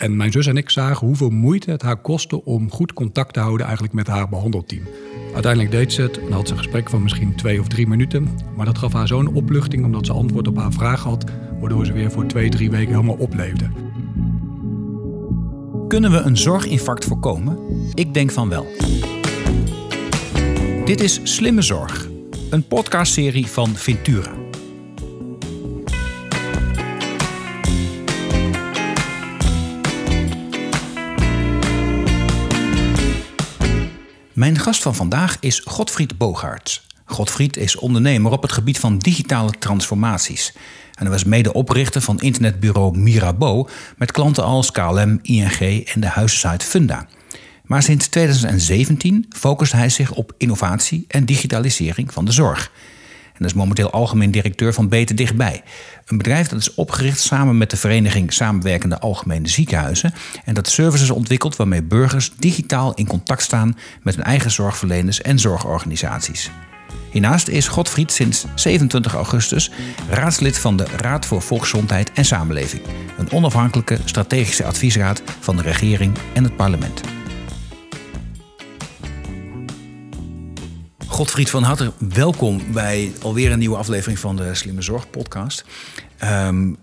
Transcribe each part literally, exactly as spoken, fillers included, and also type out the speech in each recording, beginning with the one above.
En mijn zus en ik zagen hoeveel moeite het haar kostte om goed contact te houden eigenlijk met haar behandelteam. Uiteindelijk deed ze het en had ze een gesprek van misschien twee of drie minuten. Maar dat gaf haar zo'n opluchting omdat ze antwoord op haar vraag had, waardoor ze weer voor twee, drie weken helemaal opleefde. Kunnen we een zorginfarct voorkomen? Ik denk van wel. Dit is Slimme Zorg, een podcastserie van Vintura. Mijn gast van vandaag is Godfried Bogaerts. Godfried is ondernemer op het gebied van digitale transformaties. En hij was medeoprichter van internetbureau Mirabeau met klanten als K L M, I N G en de huissite Funda. Maar sinds twintig zeventien focust hij zich op innovatie en digitalisering van de zorg. En dat is momenteel algemeen directeur van Beter Dichtbij. Een bedrijf dat is opgericht samen met de vereniging Samenwerkende Algemene Ziekenhuizen en dat services ontwikkelt waarmee burgers digitaal in contact staan met hun eigen zorgverleners en zorgorganisaties. Hiernaast is Godfried sinds zevenentwintig augustus raadslid van de Raad voor Volksgezondheid en Samenleving, een onafhankelijke strategische adviesraad van de regering en het parlement. Godfried, van harte welkom bij alweer een nieuwe aflevering van de Slimme Zorg podcast. Um,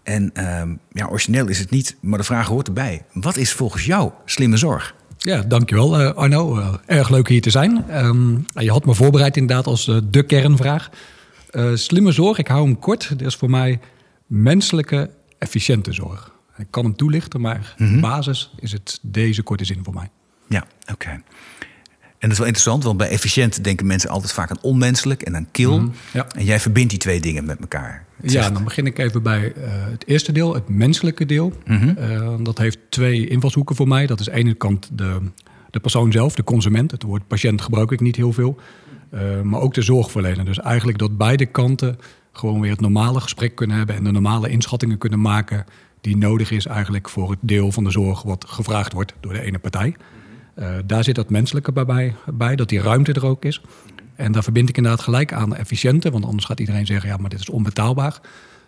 en um, ja, origineel is het niet, maar de vraag hoort erbij. Wat is volgens jou slimme zorg? Ja, dankjewel uh, Arno. Uh, erg leuk hier te zijn. Um, je had me voorbereid inderdaad als uh, de kernvraag. Uh, slimme zorg, ik hou hem kort. Dat is voor mij menselijke, efficiënte zorg. Ik kan hem toelichten, maar mm-hmm. basis is het deze korte zin voor mij. Ja, oké. Okay. En dat is wel interessant, want bij efficiënt denken mensen altijd vaak aan onmenselijk en aan kil. Mm, ja. En jij verbindt die twee dingen met elkaar. Ja, dan begin ik even bij uh, het eerste deel, het menselijke deel. Mm-hmm. Uh, dat heeft twee invalshoeken voor mij. Dat is aan de ene kant de, de persoon zelf, de consument. Het woord patiënt gebruik ik niet heel veel. Uh, maar ook de zorgverlener. Dus eigenlijk dat beide kanten gewoon weer het normale gesprek kunnen hebben en de normale inschattingen kunnen maken die nodig is eigenlijk voor het deel van de zorg wat gevraagd wordt door de ene partij. Uh, daar zit dat menselijke bij, bij, dat die ruimte er ook is. En daar verbind ik inderdaad gelijk aan efficiënte, want anders gaat iedereen zeggen, ja, maar dit is onbetaalbaar.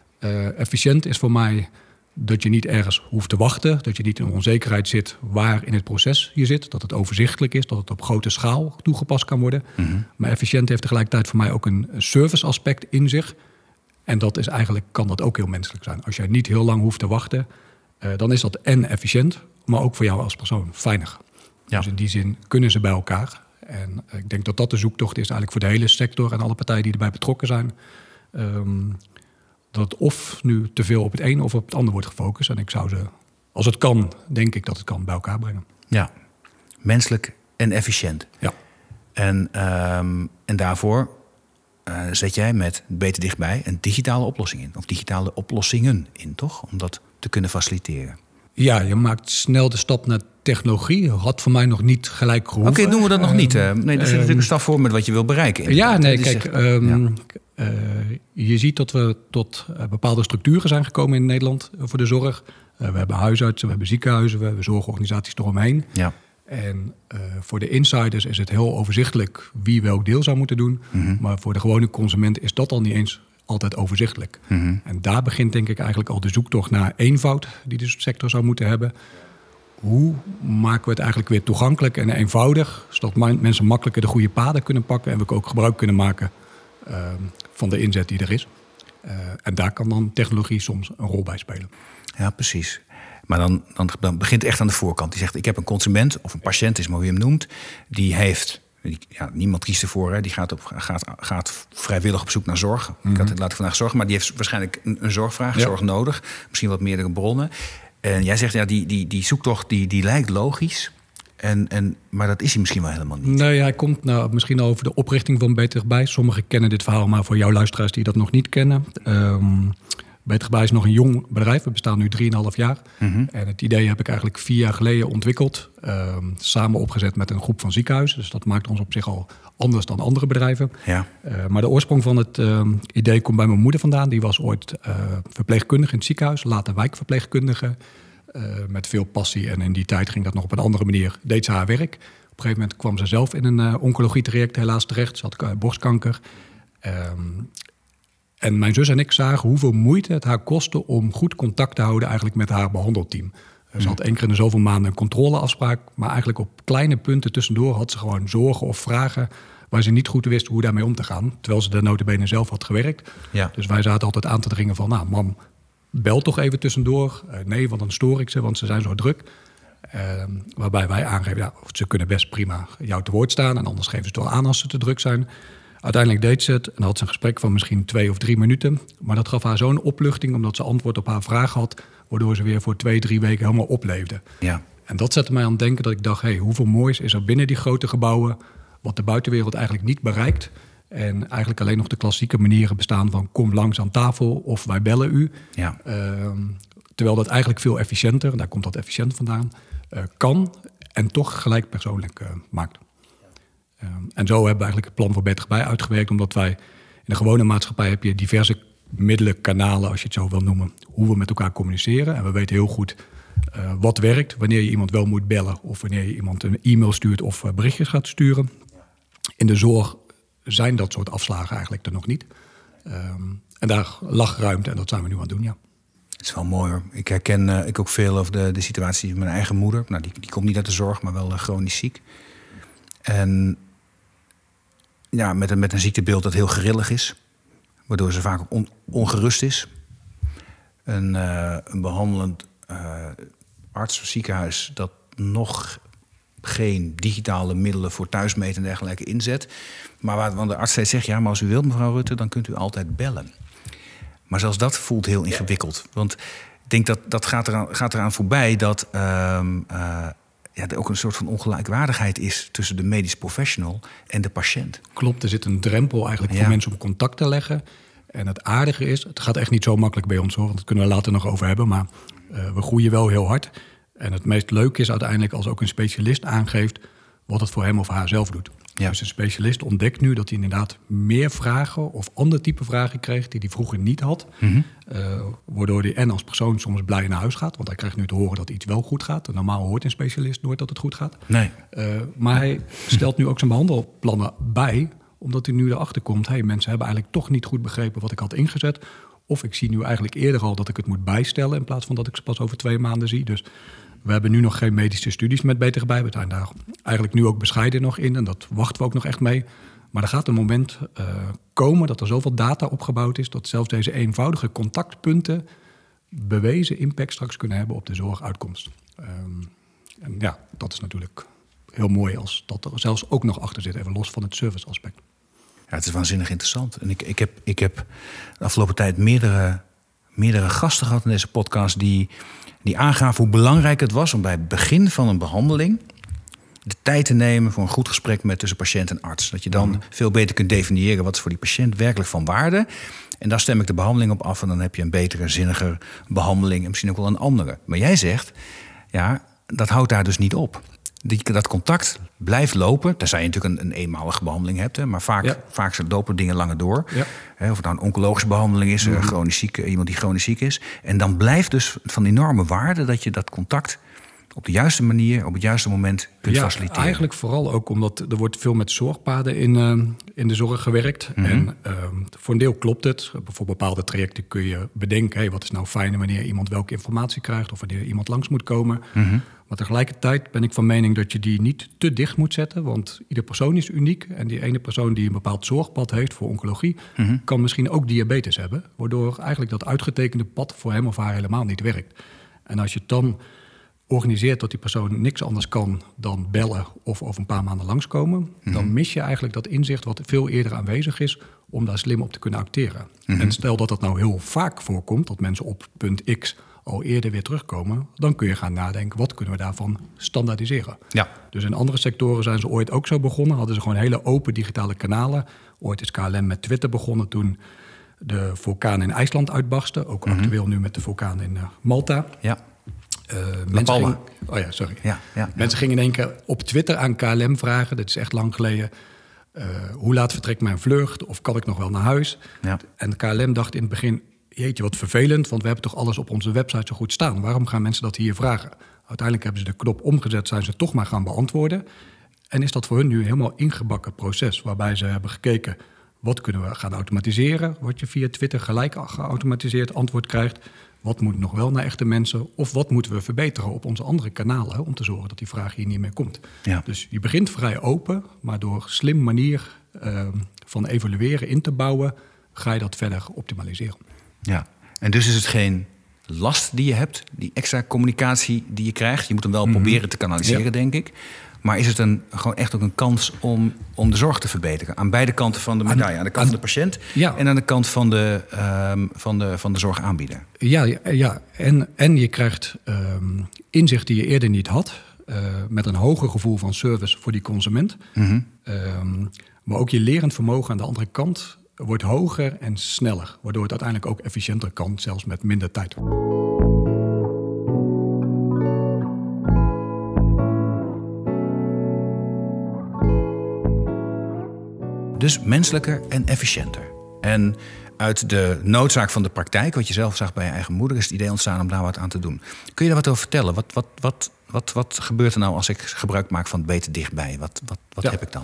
Uh, efficiënt is voor mij dat je niet ergens hoeft te wachten, dat je niet in onzekerheid zit waar in het proces je zit, dat het overzichtelijk is, dat het op grote schaal toegepast kan worden. Mm-hmm. Maar efficiënt heeft tegelijkertijd voor mij ook een service aspect in zich. En dat is eigenlijk, kan dat ook heel menselijk zijn. Als jij niet heel lang hoeft te wachten, uh, dan is dat en efficiënt, maar ook voor jou als persoon fijner. Ja. Dus in die zin kunnen ze bij elkaar. En ik denk dat dat de zoektocht is eigenlijk voor de hele sector en alle partijen die erbij betrokken zijn. Um, dat het of nu te veel op het een of op het ander wordt gefocust. En ik zou ze, als het kan, denk ik dat het kan bij elkaar brengen. Ja, menselijk en efficiënt. Ja. En, um, en daarvoor uh, zet jij met Beter Dichtbij een digitale oplossing in. Of digitale oplossingen in, toch? Om dat te kunnen faciliteren. Ja, je maakt snel de stap naar technologie. Had voor mij nog niet gelijk gehoeven. Oké, okay, doen we dat nog uh, niet. Uh, nee, er zit uh, natuurlijk een stap voor met wat je wil bereiken. Inderdaad. Ja, nee, dus kijk, um, ja. Uh, je ziet dat we tot uh, bepaalde structuren zijn gekomen in Nederland uh, voor de zorg. Uh, we hebben huisartsen, we hebben ziekenhuizen, we hebben zorgorganisaties eromheen. Ja. En uh, voor de insiders is het heel overzichtelijk wie welk deel zou moeten doen. Mm-hmm. Maar voor de gewone consument is dat al niet eens altijd overzichtelijk. Mm-hmm. En daar begint denk ik eigenlijk al de zoektocht naar eenvoud die de sector zou moeten hebben. Hoe maken we het eigenlijk weer toegankelijk en eenvoudig, zodat mensen makkelijker de goede paden kunnen pakken en we ook gebruik kunnen maken uh, van de inzet die er is. Uh, en daar kan dan technologie soms een rol bij spelen. Ja, precies. Maar dan, dan, dan begint het echt aan de voorkant. Die zegt, ik heb een consument of een patiënt, is maar hoe je hem noemt, die heeft... Ja, niemand kiest ervoor. Hè. Die gaat, op, gaat, gaat vrijwillig op zoek naar zorg. Mm-hmm. Ik had het later vandaag zorgen, maar die heeft waarschijnlijk een, een zorgvraag, ja. zorg nodig. Misschien wat meerdere bronnen. En jij zegt, ja, die, die, die zoektocht die, die lijkt logisch. En, en, maar dat is hij misschien wel helemaal niet. Nee, hij komt nou, misschien over de oprichting van Beter Dichtbij. Sommigen kennen dit verhaal, maar voor jouw luisteraars die dat nog niet kennen. Um, Beter Dichtbij is nog een jong bedrijf. We bestaan nu drieënhalf jaar. Mm-hmm. En het idee heb ik eigenlijk vier jaar geleden ontwikkeld. Uh, samen opgezet met een groep van ziekenhuizen. Dus dat maakt ons op zich al anders dan andere bedrijven. Ja. Uh, maar de oorsprong van het uh, idee komt bij mijn moeder vandaan. Die was ooit uh, verpleegkundige in het ziekenhuis. Later wijkverpleegkundige. Uh, met veel passie. En in die tijd ging dat nog op een andere manier. Deed ze haar werk. Op een gegeven moment kwam ze zelf in een uh, oncologie-traject helaas terecht. Ze had uh, borstkanker. Um, En mijn zus en ik zagen hoeveel moeite het haar kostte om goed contact te houden eigenlijk met haar behandelteam. Ze had één keer in de zoveel maanden een controleafspraak, maar eigenlijk op kleine punten tussendoor had ze gewoon zorgen of vragen waar ze niet goed wist hoe daarmee om te gaan. Terwijl ze de nota bene zelf had gewerkt. Ja. Dus wij zaten altijd aan te dringen van, nou mam, bel toch even tussendoor. Uh, nee, want dan stoor ik ze, want ze zijn zo druk. Uh, waarbij wij aangeven, ja, ze kunnen best prima jou te woord staan. En anders geven ze het wel aan als ze te druk zijn. Uiteindelijk deed ze het en had ze een gesprek van misschien twee of drie minuten. Maar dat gaf haar zo'n opluchting, omdat ze antwoord op haar vraag had, waardoor ze weer voor twee, drie weken helemaal opleefde. Ja. En dat zette mij aan het denken dat ik dacht, hey, hoeveel moois is er binnen die grote gebouwen, wat de buitenwereld eigenlijk niet bereikt. En eigenlijk alleen nog de klassieke manieren bestaan van kom langs aan tafel of wij bellen u. Ja. Uh, terwijl dat eigenlijk veel efficiënter, daar komt dat efficiënt vandaan, uh, kan en toch gelijk persoonlijk uh, maakt. Uh, en zo hebben we eigenlijk het plan voor Beter Bij uitgewerkt, omdat wij in de gewone maatschappij heb je diverse middelen, kanalen, als je het zo wil noemen, hoe we met elkaar communiceren. En we weten heel goed uh, wat werkt, wanneer je iemand wel moet bellen of wanneer je iemand een e-mail stuurt of uh, berichtjes gaat sturen. In de zorg zijn dat soort afslagen eigenlijk er nog niet. Um, en daar lag ruimte en dat zijn we nu aan het doen, ja. Het is wel mooi hoor. Ik herken uh, ik ook veel over de, de situatie van mijn eigen moeder. Nou, die, die komt niet uit de zorg, maar wel uh, chronisch ziek. En ja, met een, met een ziektebeeld dat heel gerillig is. Waardoor ze vaak on, ongerust is. Een, uh, een behandelend uh, arts of ziekenhuis dat nog geen digitale middelen voor thuismeten en dergelijke inzet. Maar waar de arts steeds zegt, ja, maar als u wilt, mevrouw Rutte, dan kunt u altijd bellen. Maar zelfs dat voelt heel ingewikkeld. Want ik denk dat dat gaat eraan, gaat eraan voorbij dat um, uh, ja, er ook een soort van ongelijkwaardigheid is tussen de medisch professional en de patiënt. Klopt, er zit een drempel eigenlijk Ja. voor mensen om contact te leggen. En het aardige is, het gaat echt niet zo makkelijk bij ons hoor, want dat kunnen we later nog over hebben. Maar uh, we groeien wel heel hard. En het meest leuke is uiteindelijk als ook een specialist aangeeft wat het voor hem of haar zelf doet. Ja. Dus een specialist ontdekt nu dat hij inderdaad meer vragen of ander type vragen kreeg die hij vroeger niet had. Mm-hmm. Uh, waardoor hij en als persoon soms blij naar huis gaat. Want hij krijgt nu te horen dat iets wel goed gaat. En normaal hoort een specialist nooit dat het goed gaat. Nee. Uh, maar hij stelt nu ook zijn behandelplannen bij, omdat hij nu erachter komt, hey, mensen hebben eigenlijk toch niet goed begrepen wat ik had ingezet. Of ik zie nu eigenlijk eerder al dat ik het moet bijstellen in plaats van dat ik ze pas over twee maanden zie. Dus we hebben nu nog geen medische studies met Beter Bij. We zijn daar eigenlijk nu ook bescheiden nog in en dat wachten we ook nog echt mee. Maar er gaat een moment uh, komen dat er zoveel data opgebouwd is dat zelfs deze eenvoudige contactpunten bewezen impact straks kunnen hebben op de zorguitkomst. Um, en ja, dat is natuurlijk heel mooi als dat er zelfs ook nog achter zit, even los van het serviceaspect. Ja, het is waanzinnig interessant. En ik, ik, heb, ik heb de afgelopen tijd meerdere, meerdere gasten gehad in deze podcast die, die aangaven hoe belangrijk het was om bij het begin van een behandeling de tijd te nemen voor een goed gesprek met tussen patiënt en arts. Dat je dan mm. veel beter kunt definiëren wat is voor die patiënt werkelijk van waarde. En daar stem ik de behandeling op af en dan heb je een betere, zinniger behandeling en misschien ook wel een andere. Maar jij zegt, ja, dat houdt daar dus niet op. Die, dat contact blijft lopen. Tenzij je natuurlijk een, een eenmalige behandeling hebt. Hè, maar vaak, ja. vaak lopen dingen langer door. Ja. Hè, of het nou een oncologische behandeling is, mm-hmm. chronisch ziek, iemand die chronisch ziek is. En dan blijft dus van enorme waarde dat je dat contact op de juiste manier, op het juiste moment kunt ja, faciliteren. Eigenlijk vooral ook omdat er wordt veel met zorgpaden in, uh, in de zorg gewerkt. Mm-hmm. En uh, voor een deel klopt het. Voor bepaalde trajecten kun je bedenken, hey, wat is nou fijn wanneer iemand welke informatie krijgt of wanneer iemand langs moet komen. Mm-hmm. Maar tegelijkertijd ben ik van mening dat je die niet te dicht moet zetten. Want ieder persoon is uniek. En die ene persoon die een bepaald zorgpad heeft voor oncologie, mm-hmm. kan misschien ook diabetes hebben. Waardoor eigenlijk dat uitgetekende pad voor hem of haar helemaal niet werkt. En als je het dan organiseert dat die persoon niks anders kan dan bellen of over een paar maanden langskomen, mm-hmm. dan mis je eigenlijk dat inzicht wat veel eerder aanwezig is om daar slim op te kunnen acteren. Mm-hmm. En stel dat dat nou heel vaak voorkomt, dat mensen op punt X al eerder weer terugkomen, dan kun je gaan nadenken, wat kunnen we daarvan standaardiseren? Ja. Dus in andere sectoren zijn ze ooit ook zo begonnen, hadden ze gewoon hele open digitale kanalen. Ooit is K L M met Twitter begonnen toen de vulkaan in IJsland uitbarstte, ook mm-hmm. actueel nu met de vulkaan in uh, Malta. Ja. Uh, mensen, ging, oh ja, sorry. Ja, ja, mensen ja. gingen in één keer op Twitter aan K L M vragen, dat is echt lang geleden, uh, hoe laat vertrekt mijn vlucht of kan ik nog wel naar huis? Ja. En K L M dacht in het begin, jeetje wat vervelend, want we hebben toch alles op onze website zo goed staan. Waarom gaan mensen dat hier vragen? Uiteindelijk hebben ze de knop omgezet, zijn ze toch maar gaan beantwoorden. En is dat voor hun nu een helemaal ingebakken proces, waarbij ze hebben gekeken, wat kunnen we gaan automatiseren? Wat je via Twitter gelijk geautomatiseerd antwoord krijgt. Wat moet nog wel naar echte mensen? Of wat moeten we verbeteren op onze andere kanalen om te zorgen dat die vraag hier niet meer komt? Ja. Dus je begint vrij open, maar door slim manier uh, van evalueren in te bouwen, ga je dat verder optimaliseren. Ja, en dus is het geen last die je hebt, die extra communicatie die je krijgt. Je moet hem wel mm-hmm. proberen te kanaliseren, ja. denk ik. Maar is het een, gewoon echt ook een kans om, om de zorg te verbeteren? Aan beide kanten van de medaille. Aan de kant aan, van de patiënt ja. en aan de kant van de, um, van de, van de zorgaanbieder. Ja, ja. En, en je krijgt um, inzicht die je eerder niet had. Uh, met een hoger gevoel van service voor die consument. Mm-hmm. Um, maar ook je lerend vermogen aan de andere kant wordt hoger en sneller. Waardoor het uiteindelijk ook efficiënter kan, zelfs met minder tijd. Dus menselijker en efficiënter. En uit de noodzaak van de praktijk, wat je zelf zag bij je eigen moeder, is het idee ontstaan om daar wat aan te doen. Kun je daar wat over vertellen? Wat, wat, wat, wat, wat gebeurt er nou als ik gebruik maak van het beter dichtbij? Wat, wat, wat ja. heb ik dan?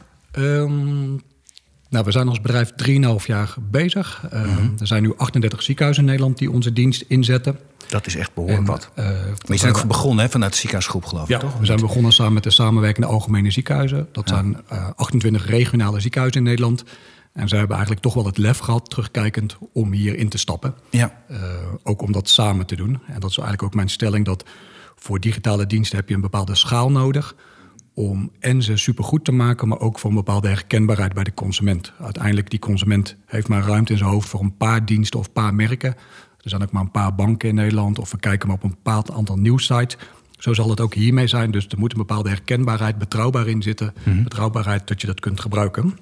Um, nou, we zijn als bedrijf drieënhalf jaar bezig. Uh, mm-hmm. Er zijn nu achtendertig ziekenhuizen in Nederland die onze dienst inzetten. Dat is echt behoorlijk en, wat. Uh, maar je bent ook begonnen hè, vanuit de ziekenhuisgroep, geloof ik, ja, toch? We zijn begonnen samen met de samenwerkende algemene ziekenhuizen. Dat ja. zijn uh, achtentwintig regionale ziekenhuizen in Nederland. En zij hebben eigenlijk toch wel het lef gehad, terugkijkend, om hierin te stappen. Ja. Uh, ook om dat samen te doen. En dat is eigenlijk ook mijn stelling, dat voor digitale diensten heb je een bepaalde schaal nodig om en ze supergoed te maken, maar ook voor een bepaalde herkenbaarheid bij de consument. Uiteindelijk, die consument heeft maar ruimte in zijn hoofd voor een paar diensten of een paar merken. Er zijn ook maar een paar banken in Nederland, of we kijken maar op een bepaald aantal nieuwssites. Zo zal het ook hiermee zijn. Dus er moet een bepaalde herkenbaarheid, betrouwbaar in zitten. Mm-hmm. Betrouwbaarheid dat je dat kunt gebruiken.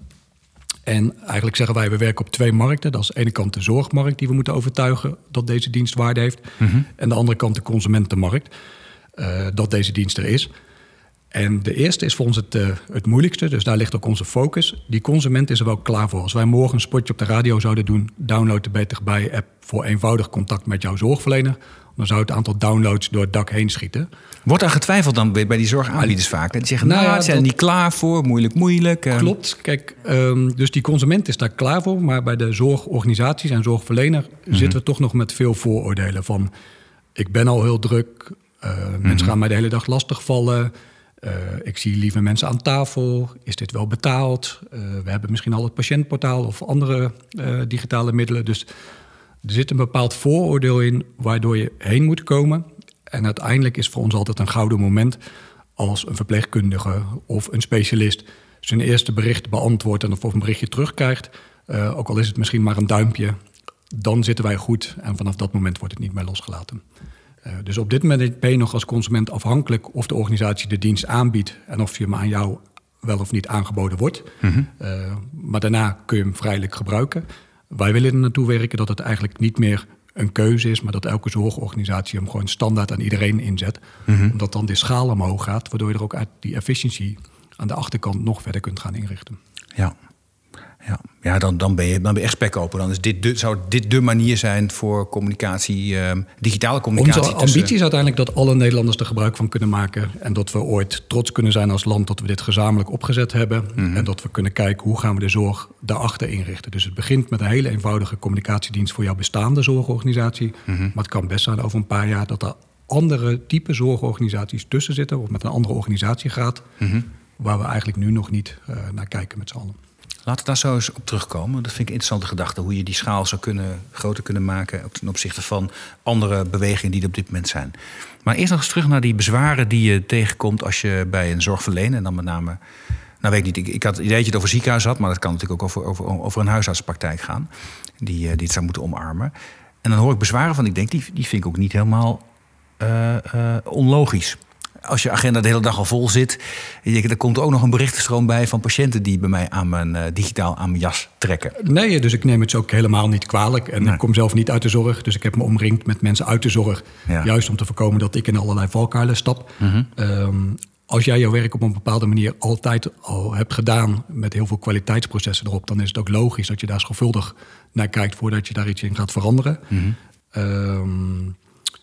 En eigenlijk zeggen wij, we werken op twee markten. Dat is aan de ene kant de zorgmarkt die we moeten overtuigen dat deze dienst waarde heeft. Mm-hmm. En de andere kant de consumentenmarkt, uh, dat deze dienst er is. En de eerste is voor ons het, uh, het moeilijkste, dus daar ligt ook onze focus. Die consument is er wel klaar voor. Als wij morgen een spotje op de radio zouden doen, download de Beter Bij app voor eenvoudig contact met jouw zorgverlener, dan zou het aantal downloads door het dak heen schieten. Wordt er getwijfeld dan bij die zorgaanbieders vaak? Die zeggen, nou, nou ja, zijn er niet klaar voor, moeilijk, moeilijk. Klopt. Kijk, um, dus die consument is daar klaar voor, maar bij de zorgorganisaties en zorgverlener mm-hmm. zitten we toch nog met veel vooroordelen van, ik ben al heel druk, uh, mm-hmm. mensen gaan mij de hele dag lastigvallen. Uh, ik zie liever mensen aan tafel. Is dit wel betaald? Uh, we hebben misschien al het patiëntportaal of andere uh, digitale middelen. Dus er zit een bepaald vooroordeel in waardoor je heen moet komen. En uiteindelijk is voor ons altijd een gouden moment als een verpleegkundige of een specialist zijn eerste bericht beantwoordt en of een berichtje terugkrijgt. Uh, ook al is het misschien maar een duimpje, dan zitten wij goed. En vanaf dat moment wordt het niet meer losgelaten. Uh, dus op dit moment ben je nog als consument afhankelijk of de organisatie de dienst aanbiedt en of je hem aan jou wel of niet aangeboden wordt. Mm-hmm. Uh, maar daarna kun je hem vrijelijk gebruiken. Wij willen er naartoe werken dat het eigenlijk niet meer een keuze is, maar dat elke zorgorganisatie hem gewoon standaard aan iedereen inzet. Mm-hmm. Omdat dan de schaal omhoog gaat, waardoor je er ook uit die efficiëntie aan de achterkant nog verder kunt gaan inrichten. Ja. Ja, ja dan, dan, ben je, dan ben je echt spekkoper. Dan is dit de, zou dit de manier zijn voor communicatie, uh, digitale communicatie. Onze ambitie tussen... is uiteindelijk dat alle Nederlanders er gebruik van kunnen maken. En dat we ooit trots kunnen zijn als land dat we dit gezamenlijk opgezet hebben. Mm-hmm. En dat we kunnen kijken hoe gaan we de zorg daarachter inrichten. Dus het begint met een hele eenvoudige communicatiedienst voor jouw bestaande zorgorganisatie. Mm-hmm. Maar het kan best zijn over een paar jaar dat er andere type zorgorganisaties tussen zitten. Of met een andere organisatie gaat. Mm-hmm. Waar we eigenlijk nu nog niet uh, naar kijken met z'n allen. Laten we daar zo eens op terugkomen. Dat vind ik een interessante gedachte. Hoe je die schaal zou kunnen, groter kunnen maken ten opzichte van andere bewegingen die er op dit moment zijn. Maar eerst nog eens terug naar die bezwaren die je tegenkomt als je bij een zorgverlener, en dan met name, nou weet ik niet, ik, ik had het idee dat je het over ziekenhuis had, maar dat kan natuurlijk ook over, over, over een huisartsenpraktijk gaan, die, die het zou moeten omarmen. En dan hoor ik bezwaren van, ik denk, die, die vind ik ook niet helemaal uh, uh, onlogisch. Als je agenda de hele dag al vol zit, je denkt, er komt ook nog een berichtenstroom bij van patiënten die bij mij aan mijn, uh, digitaal aan mijn jas trekken. Nee, dus ik neem het ook helemaal niet kwalijk. En nee. Ik kom zelf niet uit de zorg, dus ik heb me omringd met mensen uit de zorg. Ja. Juist om te voorkomen dat ik in allerlei valkuilen stap. Mm-hmm. Um, als jij jouw werk op een bepaalde manier altijd al hebt gedaan met heel veel kwaliteitsprocessen erop, dan is het ook logisch dat je daar zorgvuldig naar kijkt voordat je daar iets in gaat veranderen. Mm-hmm. Um,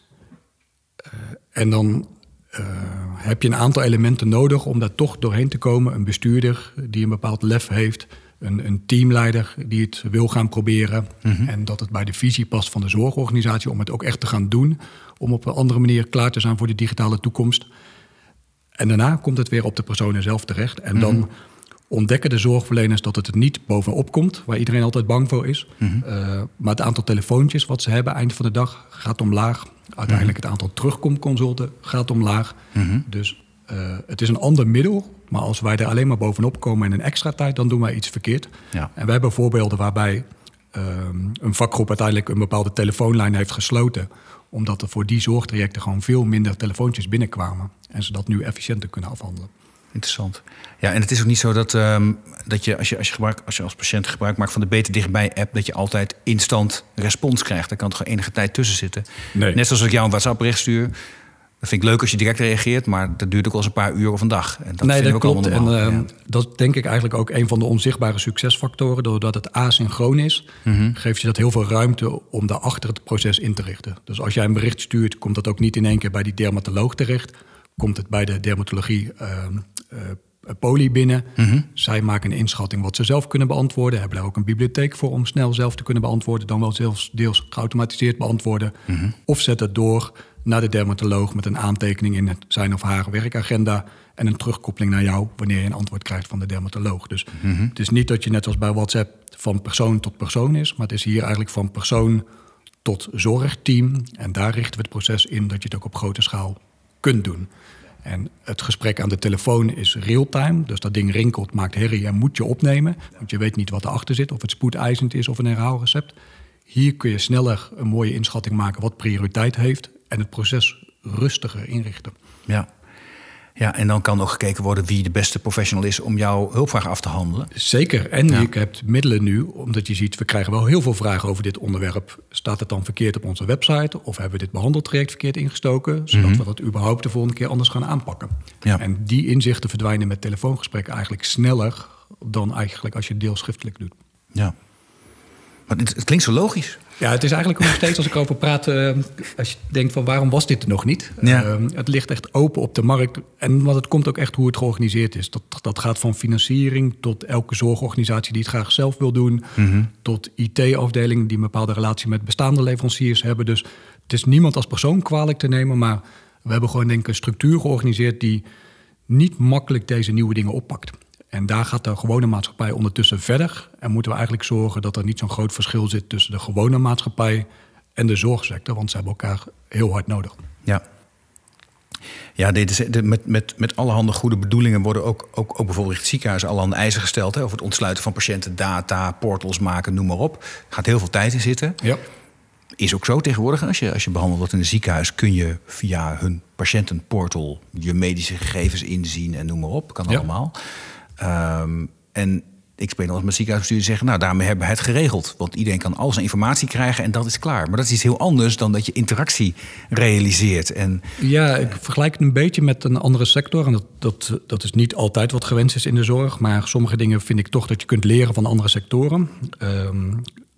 uh, en dan Uh, heb je een aantal elementen nodig om daar toch doorheen te komen. Een bestuurder die een bepaald lef heeft, een, een teamleider die het wil gaan proberen. Mm-hmm. En dat het bij de visie past van de zorgorganisatie om het ook echt te gaan doen. Om op een andere manier klaar te zijn voor de digitale toekomst. En daarna komt het weer op de personen zelf terecht. En dan mm-hmm. ontdekken de zorgverleners dat het er niet bovenop komt, waar iedereen altijd bang voor is. Mm-hmm. Uh, maar het aantal telefoontjes wat ze hebben eind van de dag gaat omlaag. Uiteindelijk mm-hmm. het aantal terugkomconsulten gaat omlaag. Mm-hmm. Dus uh, het is een ander middel. Maar als wij er alleen maar bovenop komen in een extra tijd, dan doen wij iets verkeerd. Ja. En wij hebben voorbeelden waarbij uh, een vakgroep uiteindelijk een bepaalde telefoonlijn heeft gesloten, omdat er voor die zorgtrajecten gewoon veel minder telefoontjes binnenkwamen. En ze dat nu efficiënter kunnen afhandelen. Interessant. Ja, en het is ook niet zo dat, um, dat je, als je als je, gebruik, als je als patiënt gebruik maakt van de Beter Dichtbij-app, dat je altijd instant respons krijgt. Daar kan toch enige tijd tussen zitten. Nee. Net zoals ik jou een WhatsApp-bericht stuur. Dat vind ik leuk als je direct reageert, maar dat duurt ook wel eens een paar uur of een dag. En dat nee, dat ook klopt. En uh, ja. dat is denk ik eigenlijk ook een van de onzichtbare succesfactoren. Doordat het asynchroon is, mm-hmm. geeft je dat heel veel ruimte om daarachter het proces in te richten. Dus als jij een bericht stuurt, komt dat ook niet in één keer bij die dermatoloog terecht. Komt het bij de dermatologie uh, uh, poli binnen. Mm-hmm. Zij maken een inschatting wat ze zelf kunnen beantwoorden. Hebben daar ook een bibliotheek voor om snel zelf te kunnen beantwoorden. Dan wel zelfs deels geautomatiseerd beantwoorden. Mm-hmm. Of zet het door naar de dermatoloog met een aantekening in het zijn of haar werkagenda en een terugkoppeling naar jou wanneer je een antwoord krijgt van de dermatoloog. Dus mm-hmm. het is niet dat je net als bij WhatsApp van persoon tot persoon is, maar het is hier eigenlijk van persoon tot zorgteam. En daar richten we het proces in dat je het ook op grote schaal kunt doen. En het gesprek aan de telefoon is real-time. Dus dat ding rinkelt, maakt herrie en moet je opnemen. Want je weet niet wat erachter zit, of het spoedeisend is of een herhaalrecept. Hier kun je sneller een mooie inschatting maken wat prioriteit heeft en het proces rustiger inrichten. Ja. Ja, en dan kan ook gekeken worden wie de beste professional is om jouw hulpvraag af te handelen. Zeker. En ja. je hebt middelen nu, omdat je ziet, we krijgen wel heel veel vragen over dit onderwerp. Staat het dan verkeerd op onze website? Of hebben we dit behandeltraject verkeerd ingestoken? Zodat mm-hmm. we dat überhaupt de volgende keer anders gaan aanpakken. Ja. En die inzichten verdwijnen met telefoongesprekken eigenlijk sneller dan eigenlijk als je het deel schriftelijk doet. Ja. Maar het, het klinkt zo logisch. Ja, het is eigenlijk nog steeds, als ik erover praat, uh, als je denkt van waarom was dit er nog niet? Ja. Uh, het ligt echt open op de markt. En want het komt ook echt hoe het georganiseerd is. Dat, dat gaat van financiering tot elke zorgorganisatie die het graag zelf wil doen. Mm-hmm. Tot I T-afdelingen die een bepaalde relatie met bestaande leveranciers hebben. Dus het is niemand als persoon kwalijk te nemen. Maar we hebben gewoon denk ik een structuur georganiseerd die niet makkelijk deze nieuwe dingen oppakt. En daar gaat de gewone maatschappij ondertussen verder. En moeten we eigenlijk zorgen dat er niet zo'n groot verschil zit tussen de gewone maatschappij en de zorgsector. Want ze hebben elkaar heel hard nodig. Ja, ja dit is, de, met, met, met allerhande goede bedoelingen worden ook, ook, ook bijvoorbeeld het ziekenhuis allerhande eisen gesteld. Hè, over het ontsluiten van patiëntendata, portals maken, noem maar op. Er gaat heel veel tijd in zitten. Ja. Is ook zo tegenwoordig. Als je, als je behandeld wordt in een ziekenhuis, kun je via hun patiëntenportal je medische gegevens inzien en noem maar op. Kan allemaal. Ja. Um, en ik spreek nog eens met ziekenhuisbestuurders zeggen, nou, daarmee hebben we het geregeld. Want iedereen kan al zijn informatie krijgen en dat is klaar. Maar dat is iets heel anders dan dat je interactie realiseert. En, ja, ik vergelijk het een beetje met een andere sector. En dat, dat, dat is niet altijd wat gewenst is in de zorg. Maar sommige dingen vind ik toch dat je kunt leren van andere sectoren. Um,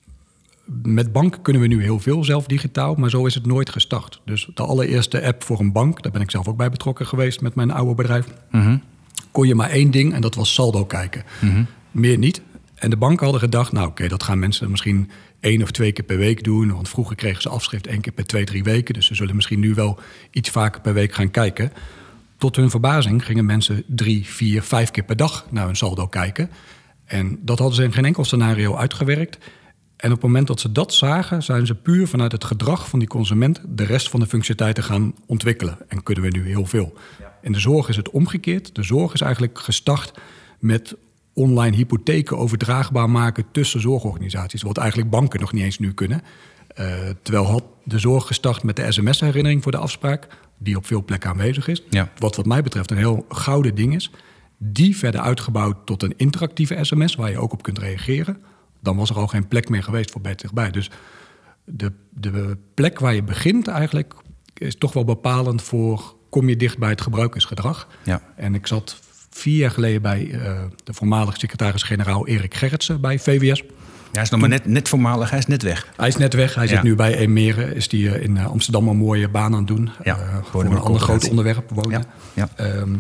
met banken kunnen we nu heel veel zelf digitaal, maar zo is het nooit gestart. Dus de allereerste app voor een bank, daar ben ik zelf ook bij betrokken geweest met mijn oude bedrijf. Mm-hmm. Kon je maar één ding en dat was saldo kijken. Mm-hmm. Meer niet. En de banken hadden gedacht, nou oké, okay, dat gaan mensen misschien één of twee keer per week doen. Want vroeger kregen ze afschrift één keer per twee, drie weken. Dus ze zullen misschien nu wel iets vaker per week gaan kijken. Tot hun verbazing gingen mensen drie, vier, vijf keer per dag naar hun saldo kijken. En dat hadden ze in geen enkel scenario uitgewerkt. En op het moment dat ze dat zagen, zijn ze puur vanuit het gedrag van die consument de rest van de functionaliteiten gaan ontwikkelen. En kunnen we nu heel veel. Ja. In de zorg is het omgekeerd. De zorg is eigenlijk gestart met online hypotheken overdraagbaar maken tussen zorgorganisaties. Wat eigenlijk banken nog niet eens nu kunnen. Uh, terwijl had de zorg gestart met de sms-herinnering voor de afspraak, die op veel plekken aanwezig is. Ja. Wat wat mij betreft een heel gouden ding is. Die verder uitgebouwd tot een interactieve sms waar je ook op kunt reageren. Dan was er al geen plek meer geweest voor Beter Dichtbij. Dus de, de plek waar je begint eigenlijk is toch wel bepalend voor, kom je dicht bij het gebruikersgedrag. Ja. En ik zat vier jaar geleden bij uh, de voormalige secretaris-generaal Erik Gerritsen bij V W S. Ja, hij is nog maar net, net voormalig, hij is net weg. Hij is net weg, hij ja. zit nu bij Emeren. Is die uh, in Amsterdam een mooie baan aan het doen. Ja, uh, voor een ander groot onderwerp wonen. Ja. Ja. Um,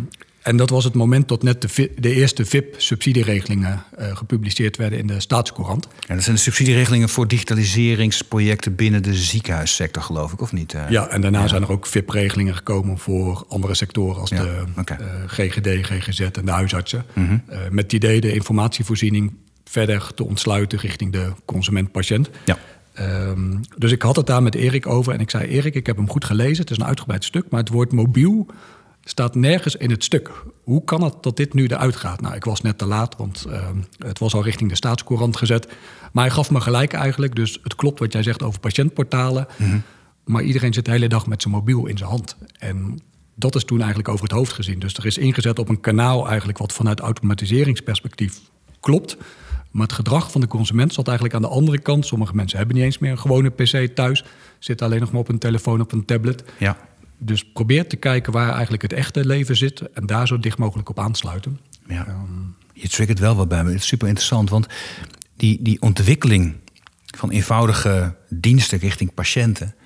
En dat was het moment tot net de, de eerste V I P-subsidieregelingen uh, gepubliceerd werden in de Staatscourant. En dat zijn de subsidieregelingen voor digitaliseringsprojecten binnen de ziekenhuissector, geloof ik, of niet? Uh, ja, en daarna ja. zijn er ook V I P-regelingen gekomen voor andere sectoren als ja, de okay. uh, G G D, G G Z en de huisartsen. Mm-hmm. Uh, met het idee de informatievoorziening verder te ontsluiten richting de consument-patiënt. Ja. Um, dus ik had het daar met Erik over en ik zei, Erik, ik heb hem goed gelezen. Het is een uitgebreid stuk, maar het woord mobiel staat nergens in het stuk. Hoe kan het dat dit nu eruit gaat? Nou, ik was net te laat, want uh, het was al richting de Staatscourant gezet. Maar hij gaf me gelijk eigenlijk. Dus het klopt wat jij zegt over patiëntportalen. Mm-hmm. Maar iedereen zit de hele dag met zijn mobiel in zijn hand. En dat is toen eigenlijk over het hoofd gezien. Dus er is ingezet op een kanaal eigenlijk wat vanuit automatiseringsperspectief klopt. Maar het gedrag van de consument zat eigenlijk aan de andere kant. Sommige mensen hebben niet eens meer een gewone pc thuis. Zitten alleen nog maar op een telefoon, op een tablet. Ja. Dus probeer te kijken waar eigenlijk het echte leven zit en daar zo dicht mogelijk op aansluiten. Ja. Um, je triggert wel wat bij me. Het is super interessant, want die, die ontwikkeling van eenvoudige diensten richting patiënten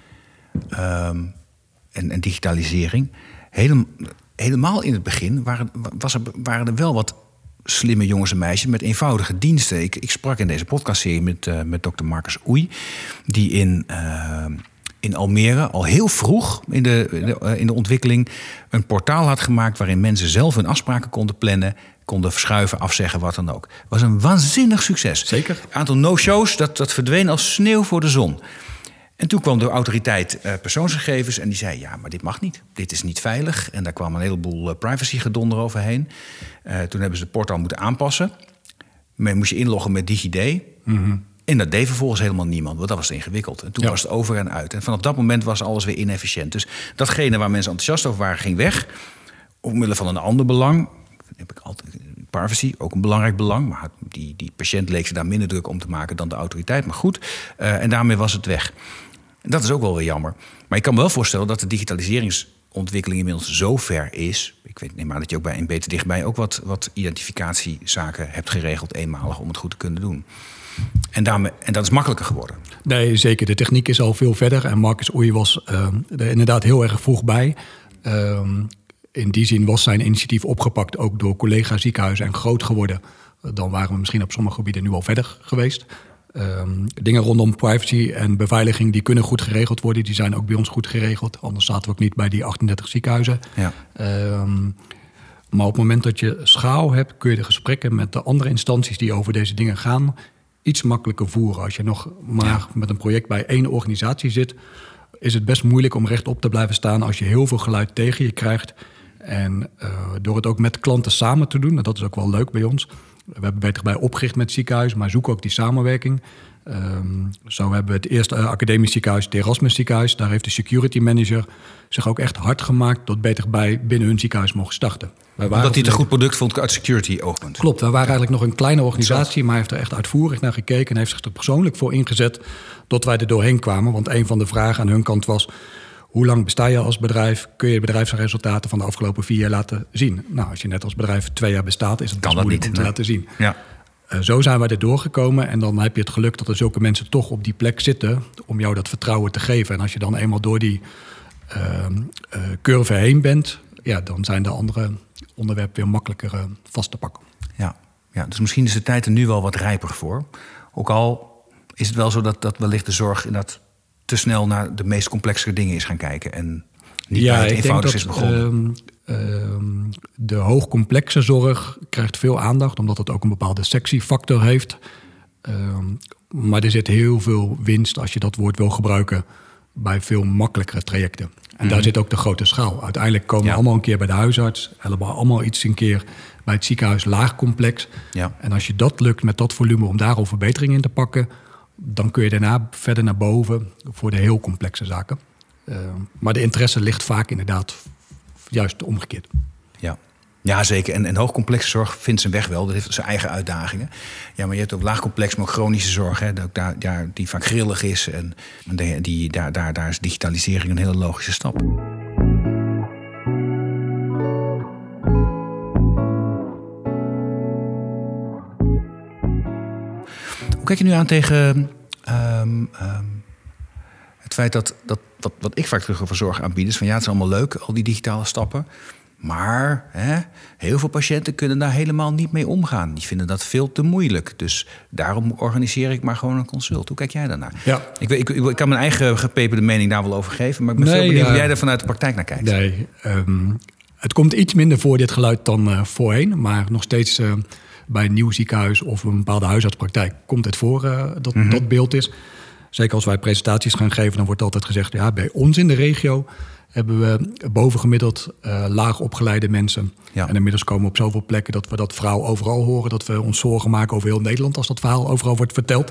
um, en, en digitalisering, helemaal, helemaal in het begin waren, was er, waren er wel wat slimme jongens en meisjes met eenvoudige diensten. Ik, ik sprak in deze podcastserie met, uh, met dokter Marcus Oei, die in Uh, in Almere al heel vroeg in de, de, in de ontwikkeling een portaal had gemaakt waarin mensen zelf hun afspraken konden plannen, konden verschuiven, afzeggen, wat dan ook. Het was een waanzinnig succes. Zeker. Het aantal no-shows, dat, dat verdween als sneeuw voor de zon. En toen kwam de autoriteit uh, persoonsgegevens en die zei, ja, maar dit mag niet. Dit is niet veilig. En daar kwam een heleboel uh, privacygedonder overheen. Uh, toen hebben ze het portaal moeten aanpassen. Men moest je inloggen met DigiD. Mm-hmm. En dat deed vervolgens helemaal niemand, want dat was te ingewikkeld. En toen ja. was het over en uit. En vanaf dat moment was alles weer inefficiënt. Dus datgene waar mensen enthousiast over waren, ging weg. Omwille van een ander belang. Heb ik altijd, privacy, ook een belangrijk belang. Maar die, die patiënt leek ze daar minder druk om te maken dan de autoriteit. Maar goed, uh, en daarmee was het weg. En dat is ook wel weer jammer. Maar ik kan me wel voorstellen dat de digitaliseringsontwikkeling inmiddels zo ver is. Ik weet, neem aan dat je ook bij een Beter Dichtbij ook wat, wat identificatiezaken hebt geregeld eenmalig om het goed te kunnen doen. En, daarmee, en dat is makkelijker geworden. Nee, zeker. De techniek is al veel verder. En Marcus Oei was uh, er inderdaad heel erg vroeg bij. Uh, in die zin was zijn initiatief opgepakt ook door collega-ziekenhuizen en groot geworden. Uh, dan waren we misschien op sommige gebieden nu al verder geweest. Uh, dingen rondom privacy en beveiliging die kunnen goed geregeld worden. Die zijn ook bij ons goed geregeld. Anders zaten we ook niet bij die achtendertig ziekenhuizen. Ja. Uh, maar op het moment dat je schaal hebt, kun je de gesprekken met de andere instanties die over deze dingen gaan iets makkelijker voeren. Als je nog maar ja. met een project bij één organisatie zit, is het best moeilijk om rechtop te blijven staan als je heel veel geluid tegen je krijgt. En uh, door het ook met klanten samen te doen, en dat is ook wel leuk bij ons. We hebben Beter Bij opgericht met ziekenhuizen, maar zoeken ook die samenwerking. Um, zo hebben we het eerste uh, academisch ziekenhuis, het Erasmus ziekenhuis. Daar heeft de security manager zich ook echt hard gemaakt dat Beter Bij binnen hun ziekenhuis mocht starten. Wij waren Omdat hij het een goed product vond uit security oogpunt. Klopt, wij waren eigenlijk nog een kleine organisatie, maar hij heeft er echt uitvoerig naar gekeken en heeft zich er persoonlijk voor ingezet dat wij er doorheen kwamen. Want een van de vragen aan hun kant was: hoe lang besta je als bedrijf? Kun je bedrijfsresultaten van de afgelopen vier jaar laten zien? Nou, als je net als bedrijf twee jaar bestaat, is het best moeilijk om te laten zien. Ja. Uh, zo zijn wij er doorgekomen en dan heb je het geluk dat er zulke mensen toch op die plek zitten om jou dat vertrouwen te geven. En als je dan eenmaal door die uh, uh, curve heen bent, ja, dan zijn de andere onderwerpen weer makkelijker uh, vast te pakken. Ja. Ja, dus misschien is de tijd er nu wel wat rijper voor. Ook al is het wel zo dat, dat wellicht de zorg inderdaad te snel naar de meest complexe dingen is gaan kijken en niet ja, bij het eenvoudig is begonnen. Uh, uh, de hoogcomplexe zorg krijgt veel aandacht, omdat het ook een bepaalde sectiefactor heeft. Uh, maar er zit heel veel winst, als je dat woord wil gebruiken, bij veel makkelijkere trajecten. En mm-hmm. daar zit ook de grote schaal. Uiteindelijk komen we ja. allemaal een keer bij de huisarts, helemaal allemaal iets een keer bij het ziekenhuis laagcomplex. Ja. En als je dat lukt met dat volume om daar al verbetering in te pakken, dan kun je daarna verder naar boven voor de heel complexe zaken. Uh, maar de interesse ligt vaak inderdaad juist omgekeerd. Ja, ja zeker. En, en hoogcomplexe zorg vindt zijn weg wel. Dat heeft zijn eigen uitdagingen. Ja, maar je hebt ook laagcomplex, maar ook chronische zorg. Hè, dat daar, daar, die vaak grillig is. En die, die, daar, daar, daar is digitalisering een hele logische stap. Hoe kijk je nu aan tegen Um, um, het feit dat, dat wat, wat ik vaak terug over zorg aanbied is van ja, het is allemaal leuk, al die digitale stappen. Maar hè, heel veel patiënten kunnen daar helemaal niet mee omgaan. Die vinden dat veel te moeilijk. Dus daarom organiseer ik maar gewoon een consult. Hoe kijk jij daarnaar? Ja. Ik, ik, ik, ik kan mijn eigen gepeperde mening daar wel over geven. Maar ik ben nee, veel benieuwd uh, hoe jij er vanuit de praktijk naar kijkt. Nee, um, het komt iets minder voor dit geluid dan uh, voorheen. Maar nog steeds uh, bij een nieuw ziekenhuis of een bepaalde huisartspraktijk komt het voor uh, dat mm-hmm. dat beeld is. Zeker als wij presentaties gaan geven, dan wordt altijd gezegd, ja, bij ons in de regio hebben we bovengemiddeld uh, laag opgeleide mensen. Ja. En inmiddels komen we op zoveel plekken dat we dat verhaal overal horen. Dat we ons zorgen maken over heel Nederland als dat verhaal overal wordt verteld.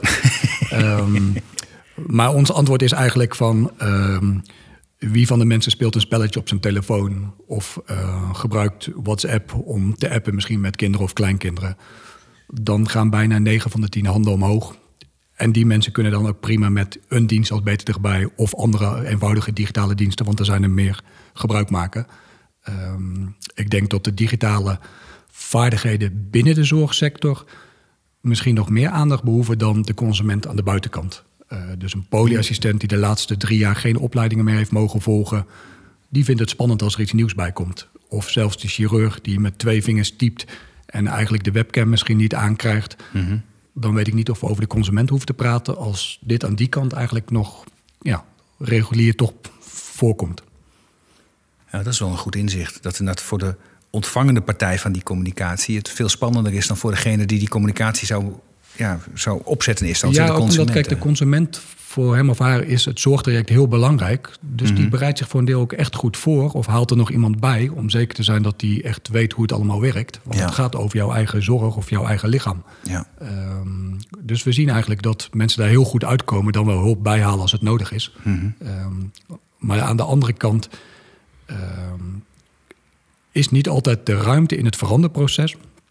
um, maar ons antwoord is eigenlijk van Um, wie van de mensen speelt een spelletje op zijn telefoon of uh, gebruikt WhatsApp om te appen, misschien met kinderen of kleinkinderen. Dan gaan bijna negen van de tien handen omhoog. En die mensen kunnen dan ook prima met een dienst als Beter Dichtbij of andere eenvoudige digitale diensten, want er zijn er meer, gebruik maken. Um, ik denk dat de digitale vaardigheden binnen de zorgsector misschien nog meer aandacht behoeven dan de consument aan de buitenkant. Uh, dus een polyassistent die de laatste drie jaar geen opleidingen meer heeft mogen volgen, die vindt het spannend als er iets nieuws bij komt. Of zelfs de chirurg die met twee vingers typt en eigenlijk de webcam misschien niet aankrijgt. Mm-hmm. Dan weet ik niet of we over de consument hoeven te praten als dit aan die kant eigenlijk nog ja, regulier toch voorkomt. Ja, dat is wel een goed inzicht. Dat inderdaad voor de ontvangende partij van die communicatie het veel spannender is dan voor degene die die communicatie zou, ja, zou opzetten is. Dan ja, de ook omdat, kijk, de consument, voor hem of haar is het zorgtraject heel belangrijk. Dus mm-hmm. die bereidt zich voor een deel ook echt goed voor of haalt er nog iemand bij om zeker te zijn dat die echt weet hoe het allemaal werkt. Want ja. het gaat over jouw eigen zorg of jouw eigen lichaam. Ja. Um, dus we zien eigenlijk dat mensen daar heel goed uitkomen, dan wel hulp bijhalen als het nodig is. Mm-hmm. Um, maar aan de andere kant um, is niet altijd de ruimte in het veranderproces.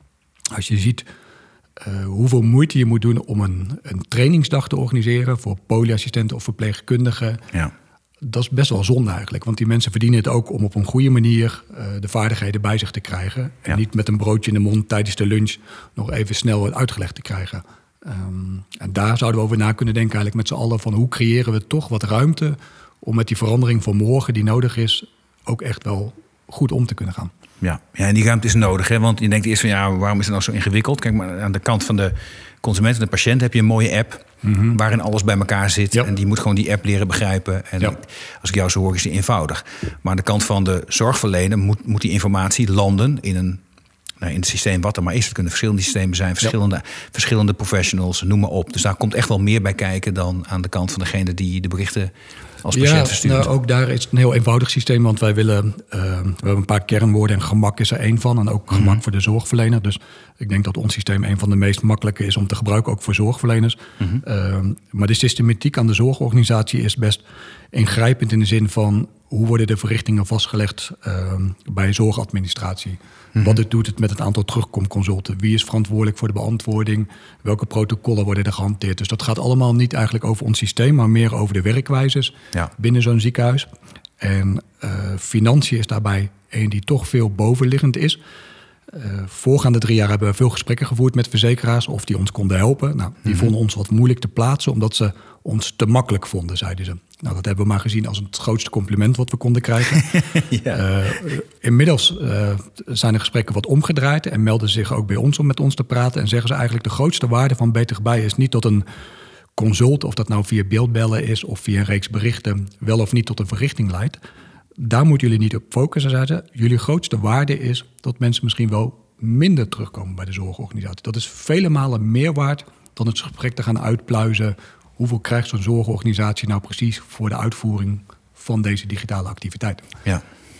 Als je ziet Uh, hoeveel moeite je moet doen om een, een trainingsdag te organiseren voor polyassistenten of verpleegkundigen. Ja. Dat is best wel zonde eigenlijk. Want die mensen verdienen het ook om op een goede manier uh, de vaardigheden bij zich te krijgen. En ja. niet met een broodje in de mond tijdens de lunch nog even snel het uitgelegd te krijgen. Um, en daar zouden we over na kunnen denken eigenlijk met z'n allen van hoe creëren we toch wat ruimte om met die verandering van morgen die nodig is ook echt wel goed om te kunnen gaan. Ja, ja, en die ruimte is nodig. Hè? Want je denkt eerst van ja, waarom is het nou zo ingewikkeld? Kijk, maar aan de kant van de consument en de patiënt heb je een mooie app mm-hmm. waarin alles bij elkaar zit. Ja. En die moet gewoon die app leren begrijpen. En ja. als ik jou zo hoor, is die eenvoudig. Maar aan de kant van de zorgverlener moet, moet die informatie landen in een nou, in het systeem wat er maar is. Het kunnen verschillende systemen zijn, verschillende, ja. verschillende professionals, noem maar op. Dus daar komt echt wel meer bij kijken dan aan de kant van degene die de berichten als patiënt ja, verstuurt. Nou, ook daar is het een heel eenvoudig systeem, want wij willen, uh, we hebben een paar kernwoorden en gemak is er één van. En ook gemak mm-hmm. voor de zorgverlener. Dus ik denk dat ons systeem een van de meest makkelijke is om te gebruiken, ook voor zorgverleners. Mm-hmm. Uh, maar de systematiek aan de zorgorganisatie is best ingrijpend in de zin van hoe worden de verrichtingen vastgelegd uh, bij zorgadministratie. Mm-hmm. Wat het doet het met het aantal terugkomconsulten? Wie is verantwoordelijk voor de beantwoording? Welke protocollen worden er gehanteerd? Dus dat gaat allemaal niet eigenlijk over ons systeem, maar meer over de werkwijzes ja. binnen zo'n ziekenhuis. En uh, financiën is daarbij een die toch veel bovenliggend is. Uh, voorgaande drie jaar hebben we veel gesprekken gevoerd met verzekeraars of die ons konden helpen. Nou, die mm-hmm. vonden ons wat moeilijk te plaatsen, omdat ze ons te makkelijk vonden, zeiden ze. Nou, dat hebben we maar gezien als het grootste compliment wat we konden krijgen. ja. uh, inmiddels uh, zijn de gesprekken wat omgedraaid en melden ze zich ook bij ons om met ons te praten. En zeggen ze eigenlijk de grootste waarde van Beter Bij is niet tot een consult, of dat nou via beeldbellen is of via een reeks berichten, wel of niet tot een verrichting leidt. Daar moeten jullie niet op focussen, zeiden ze. Jullie grootste waarde is dat mensen misschien wel minder terugkomen bij de zorgorganisatie. Dat is vele malen meer waard dan het gesprek te gaan uitpluizen. Hoeveel krijgt zo'n zorgorganisatie nou precies voor de uitvoering van deze digitale activiteiten? Ja.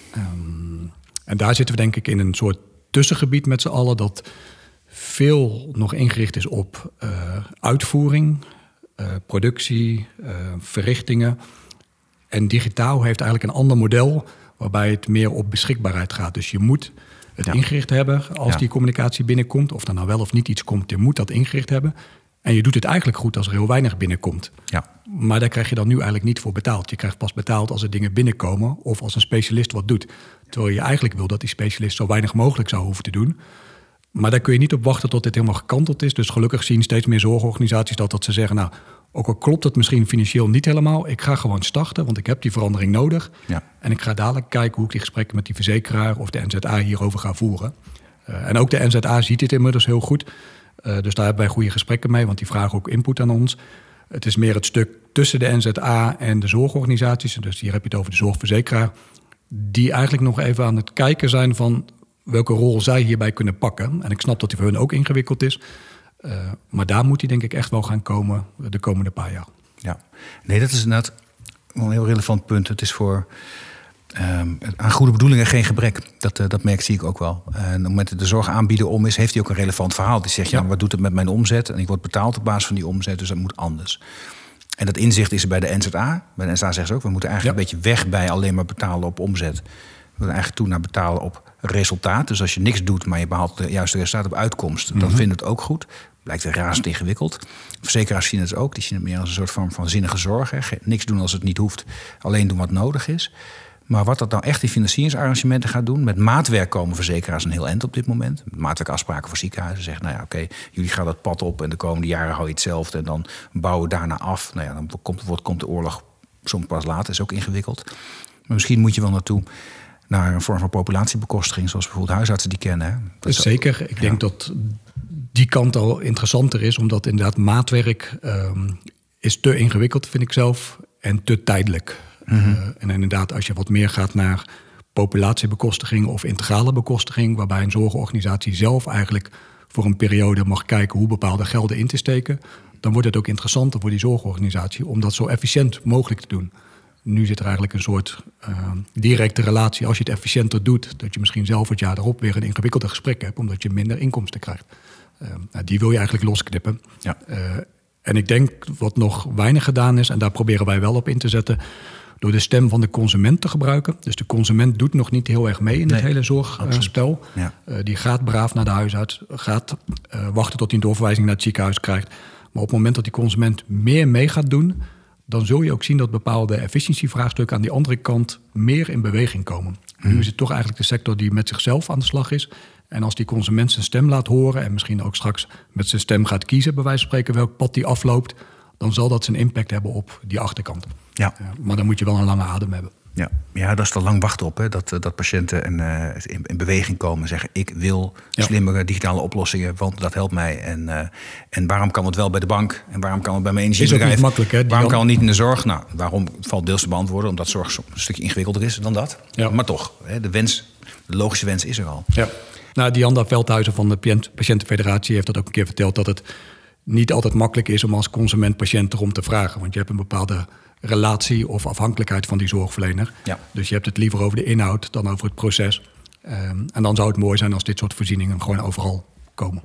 Um, en daar zitten we denk ik in een soort tussengebied met z'n allen, dat veel nog ingericht is op uh, uitvoering, uh, productie, uh, verrichtingen. En digitaal heeft eigenlijk een ander model waarbij het meer op beschikbaarheid gaat. Dus je moet het ja. ingericht hebben als ja. die communicatie binnenkomt. Of er nou wel of niet iets komt, je moet dat ingericht hebben. En je doet het eigenlijk goed als er heel weinig binnenkomt. Ja. Maar daar krijg je dan nu eigenlijk niet voor betaald. Je krijgt pas betaald als er dingen binnenkomen of als een specialist wat doet. Terwijl je eigenlijk wil dat die specialist zo weinig mogelijk zou hoeven te doen. Maar daar kun je niet op wachten tot dit helemaal gekanteld is. Dus gelukkig zien steeds meer zorgorganisaties dat, dat ze zeggen, nou, oké, ook al klopt het misschien financieel niet helemaal, ik ga gewoon starten, want ik heb die verandering nodig. Ja. En ik ga dadelijk kijken hoe ik die gesprekken met die verzekeraar of de N Z A hierover ga voeren. Uh, en ook de N Z A ziet dit inmiddels heel goed. Uh, dus daar hebben wij goede gesprekken mee, want die vragen ook input aan ons. Het is meer het stuk tussen de N Z A en de zorgorganisaties. Dus hier heb je het over de zorgverzekeraar. Die eigenlijk nog even aan het kijken zijn van welke rol zij hierbij kunnen pakken. En ik snap dat die voor hun ook ingewikkeld is. Uh, maar daar moet die denk ik echt wel gaan komen de komende paar jaar. Ja, nee, dat is inderdaad een heel relevant punt. Het is voor um, aan goede bedoelingen geen gebrek. Dat, uh, dat merk zie ik ook wel. En op het moment dat de zorg aanbieden om is, heeft hij ook een relevant verhaal. Die zegt, ja, ja, wat doet het met mijn omzet? En ik word betaald op basis van die omzet, dus dat moet anders. En dat inzicht is er bij de N Z A. Bij de N Z A zeggen ze ook, we moeten eigenlijk ja. een beetje weg bij alleen maar betalen op omzet. We willen eigenlijk toe naar betalen op resultaat. Dus als je niks doet, maar je behaalt de juiste resultaat op uitkomst, mm-hmm. dan vinden we het ook goed. Blijkt razend ingewikkeld. Verzekeraars zien het ook. Die zien het meer als een soort vorm van zinnige zorg. Hè. Niks doen als het niet hoeft. Alleen doen wat nodig is. Maar wat dat nou echt in financieringsarrangementen gaat doen, met maatwerk komen verzekeraars een heel eind op dit moment. Met maatwerkafspraken voor ziekenhuizen. Zeggen, nou ja, oké, okay, jullie gaan dat pad op en de komende jaren hou je hetzelfde. En dan bouwen we daarna af. Nou ja, dan komt, wordt, komt de oorlog soms pas later. Is ook ingewikkeld. Maar misschien moet je wel naartoe naar een vorm van populatiebekostiging, zoals bijvoorbeeld huisartsen die kennen. Hè. Dat is zeker. Ik ja. denk dat die kant al interessanter is, omdat inderdaad maatwerk um, is te ingewikkeld, vind ik zelf, en te tijdelijk. Mm-hmm. Uh, en inderdaad, als je wat meer gaat naar populatiebekostiging of integrale bekostiging, waarbij een zorgorganisatie zelf eigenlijk voor een periode mag kijken hoe bepaalde gelden in te steken, dan wordt het ook interessanter voor die zorgorganisatie om dat zo efficiënt mogelijk te doen. Nu zit er eigenlijk een soort uh, directe relatie. Als je het efficiënter doet, dat je misschien zelf het jaar erop weer een ingewikkelder gesprek hebt, omdat je minder inkomsten krijgt. Uh, nou, die wil je eigenlijk losknippen. Ja. Uh, en ik denk wat nog weinig gedaan is, en daar proberen wij wel op in te zetten, door de stem van de consument te gebruiken. Dus de consument doet nog niet heel erg mee in nee, het hele zorgspel. Uh, ja. uh, die gaat braaf naar de huisarts, gaat uh, wachten tot hij een doorverwijzing naar het ziekenhuis krijgt. Maar op het moment dat die consument meer mee gaat doen, dan zul je ook zien dat bepaalde efficiëntievraagstukken aan die andere kant meer in beweging komen. Mm. Nu is het toch eigenlijk de sector die met zichzelf aan de slag is. En als die consument zijn stem laat horen en misschien ook straks met zijn stem gaat kiezen, bij wijze van spreken, welk pad die afloopt, dan zal dat zijn impact hebben op die achterkant. Ja. Uh, maar dan moet je wel een lange adem hebben. Ja, ja, dat is er lang wachten op. Hè? Dat, dat patiënten en, uh, in, in beweging komen en zeggen, ik wil ja. slimmere digitale oplossingen, want dat helpt mij. En, uh, en waarom kan het wel bij de bank? En waarom kan het bij mijn energiebedrijf? Is ook niet makkelijk, hè? Waarom kan het niet in de zorg? Nou, waarom valt deels te beantwoorden? Omdat zorg een stukje ingewikkelder is dan dat. Ja. Maar toch, hè, de wens, de logische wens is er al. Ja. Nou, Dianda Veldhuizen van de Patiëntenfederatie heeft dat ook een keer verteld, dat het niet altijd makkelijk is om als consument-patiënt erom te vragen. Want je hebt een bepaalde relatie of afhankelijkheid van die zorgverlener. Ja. Dus je hebt het liever over de inhoud dan over het proces. Um, en dan zou het mooi zijn als dit soort voorzieningen gewoon overal komen.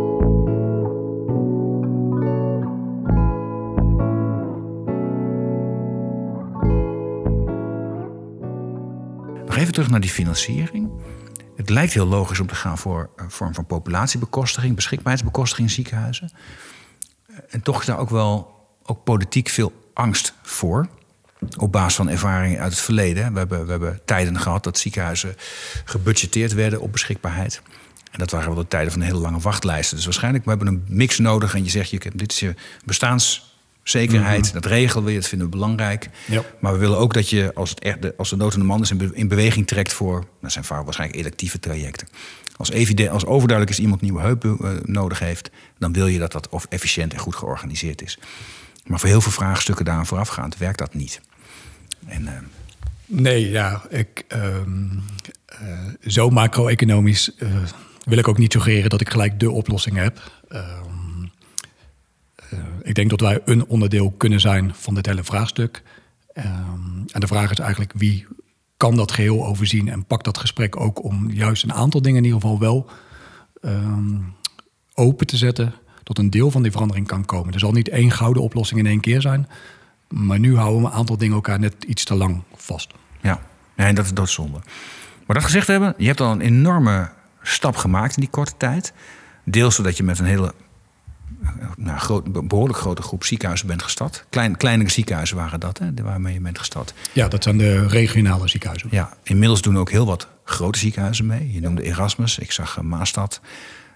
Nog even terug naar die financiering. Het lijkt heel logisch om te gaan voor een vorm van populatiebekostiging, beschikbaarheidsbekostiging in ziekenhuizen. En toch is daar ook wel ook politiek veel angst voor. Op basis van ervaringen uit het verleden. We hebben, we hebben tijden gehad dat ziekenhuizen gebudgeteerd werden op beschikbaarheid. En dat waren wel de tijden van een hele lange wachtlijsten. Dus waarschijnlijk we hebben een mix nodig. En je zegt, je, dit is je bestaanszekerheid. Mm-hmm. Dat regelen we, dat vinden we belangrijk. Ja. Maar we willen ook dat je, als, het echt de, als de nood aan de man is, in beweging trekt voor, dat zijn vaak waarschijnlijk electieve trajecten. Als, evident, als overduidelijk is iemand nieuwe heup uh, nodig heeft, dan wil je dat dat of efficiënt en goed georganiseerd is. Maar voor heel veel vraagstukken daaraan voorafgaand werkt dat niet. En, uh... Nee, ja, ik, uh, uh, zo macro-economisch uh, wil ik ook niet suggereren dat ik gelijk de oplossing heb. Uh, uh, ik denk dat wij een onderdeel kunnen zijn van dit hele vraagstuk. Uh, en de vraag is eigenlijk wie kan dat geheel overzien en pakt dat gesprek ook om juist een aantal dingen in ieder geval wel uh, open te zetten, tot een deel van die verandering kan komen. Er zal niet één gouden oplossing in één keer zijn. Maar nu houden we een aantal dingen elkaar net iets te lang vast. Ja, nee, dat is doodzonde. Maar dat gezegd hebben, je hebt al een enorme stap gemaakt in die korte tijd. Deels zodat je met een hele nou, groot, behoorlijk grote groep ziekenhuizen bent gestart. Klein, kleinere ziekenhuizen waren dat, hè, waarmee je bent gestart. Ja, dat zijn de regionale ziekenhuizen. Ja, inmiddels doen ook heel wat grote ziekenhuizen mee. Je noemde Erasmus, ik zag uh, Maastad.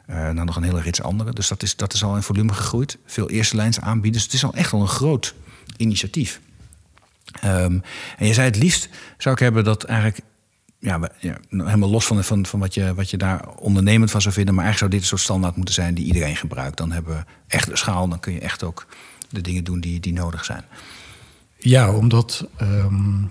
Uh, nou, nog een hele rits andere. Dus dat is, dat is al in volume gegroeid. Veel eerste lijns aanbieders. Het is al echt wel een groot initiatief. Um, en je zei het liefst zou ik hebben dat eigenlijk... Ja, ja, helemaal los van, van, van wat, je, wat je daar ondernemend van zou vinden... maar eigenlijk zou dit een soort standaard moeten zijn die iedereen gebruikt. Dan hebben we echt de schaal. Dan kun je echt ook de dingen doen die, die nodig zijn. Ja, omdat... Um...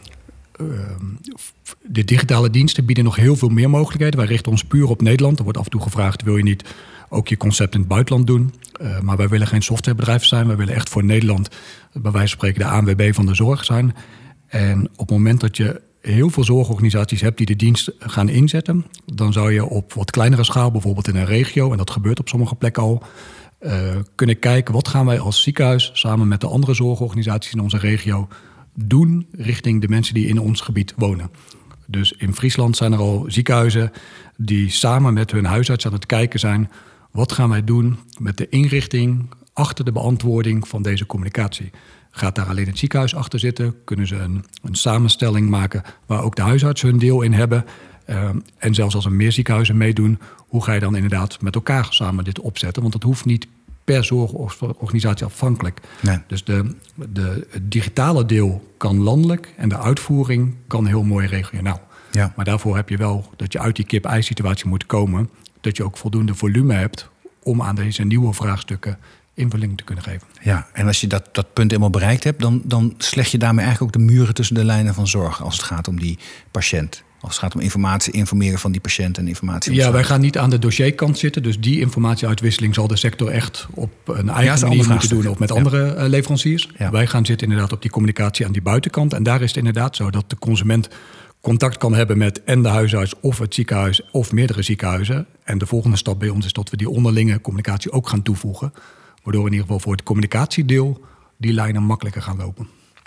de digitale diensten bieden nog heel veel meer mogelijkheden. Wij richten ons puur op Nederland. Er wordt af en toe gevraagd, wil je niet ook je concept in het buitenland doen? Uh, maar wij willen geen softwarebedrijf zijn. Wij willen echt voor Nederland, bij wijze van spreken, de A N W B van de zorg zijn. En op het moment dat je heel veel zorgorganisaties hebt die de dienst gaan inzetten, dan zou je op wat kleinere schaal, bijvoorbeeld in een regio, en dat gebeurt op sommige plekken al, uh, kunnen kijken, wat gaan wij als ziekenhuis samen met de andere zorgorganisaties in onze regio doen richting de mensen die in ons gebied wonen. Dus in Friesland zijn er al ziekenhuizen die samen met hun huisarts aan het kijken zijn, wat gaan wij doen met de inrichting achter de beantwoording van deze communicatie. Gaat daar alleen het ziekenhuis achter zitten? Kunnen ze een, een samenstelling maken waar ook de huisartsen hun deel in hebben? Uh, en zelfs als er meer ziekenhuizen meedoen, hoe ga je dan inderdaad met elkaar samen dit opzetten? Want dat hoeft niet per zorgorganisatie afhankelijk. Nee. Dus de, de, het digitale deel kan landelijk en de uitvoering kan heel mooi regionaal. Ja. Maar daarvoor heb je wel dat je uit die kip-ei-situatie moet komen, dat je ook voldoende volume hebt om aan deze nieuwe vraagstukken invulling te kunnen geven. Ja, en als je dat, dat punt eenmaal bereikt hebt, dan, dan slecht je daarmee eigenlijk ook de muren tussen de lijnen van zorg als het gaat om die patiënt. Als het gaat om informatie, informeren van die patiënt en informatie. Ja, wij gaan niet aan de dossierkant zitten. Dus die informatieuitwisseling zal de sector echt op een eigen ja, manier moeten doen of met andere ja. leveranciers. Ja. Wij gaan zitten inderdaad op die communicatie aan die buitenkant. En daar is het inderdaad zo dat de consument contact kan hebben met en de huisarts of het ziekenhuis of meerdere ziekenhuizen. En de volgende stap bij ons is dat we die onderlinge communicatie ook gaan toevoegen. Waardoor in ieder geval voor het communicatiedeel die lijnen makkelijker gaan lopen.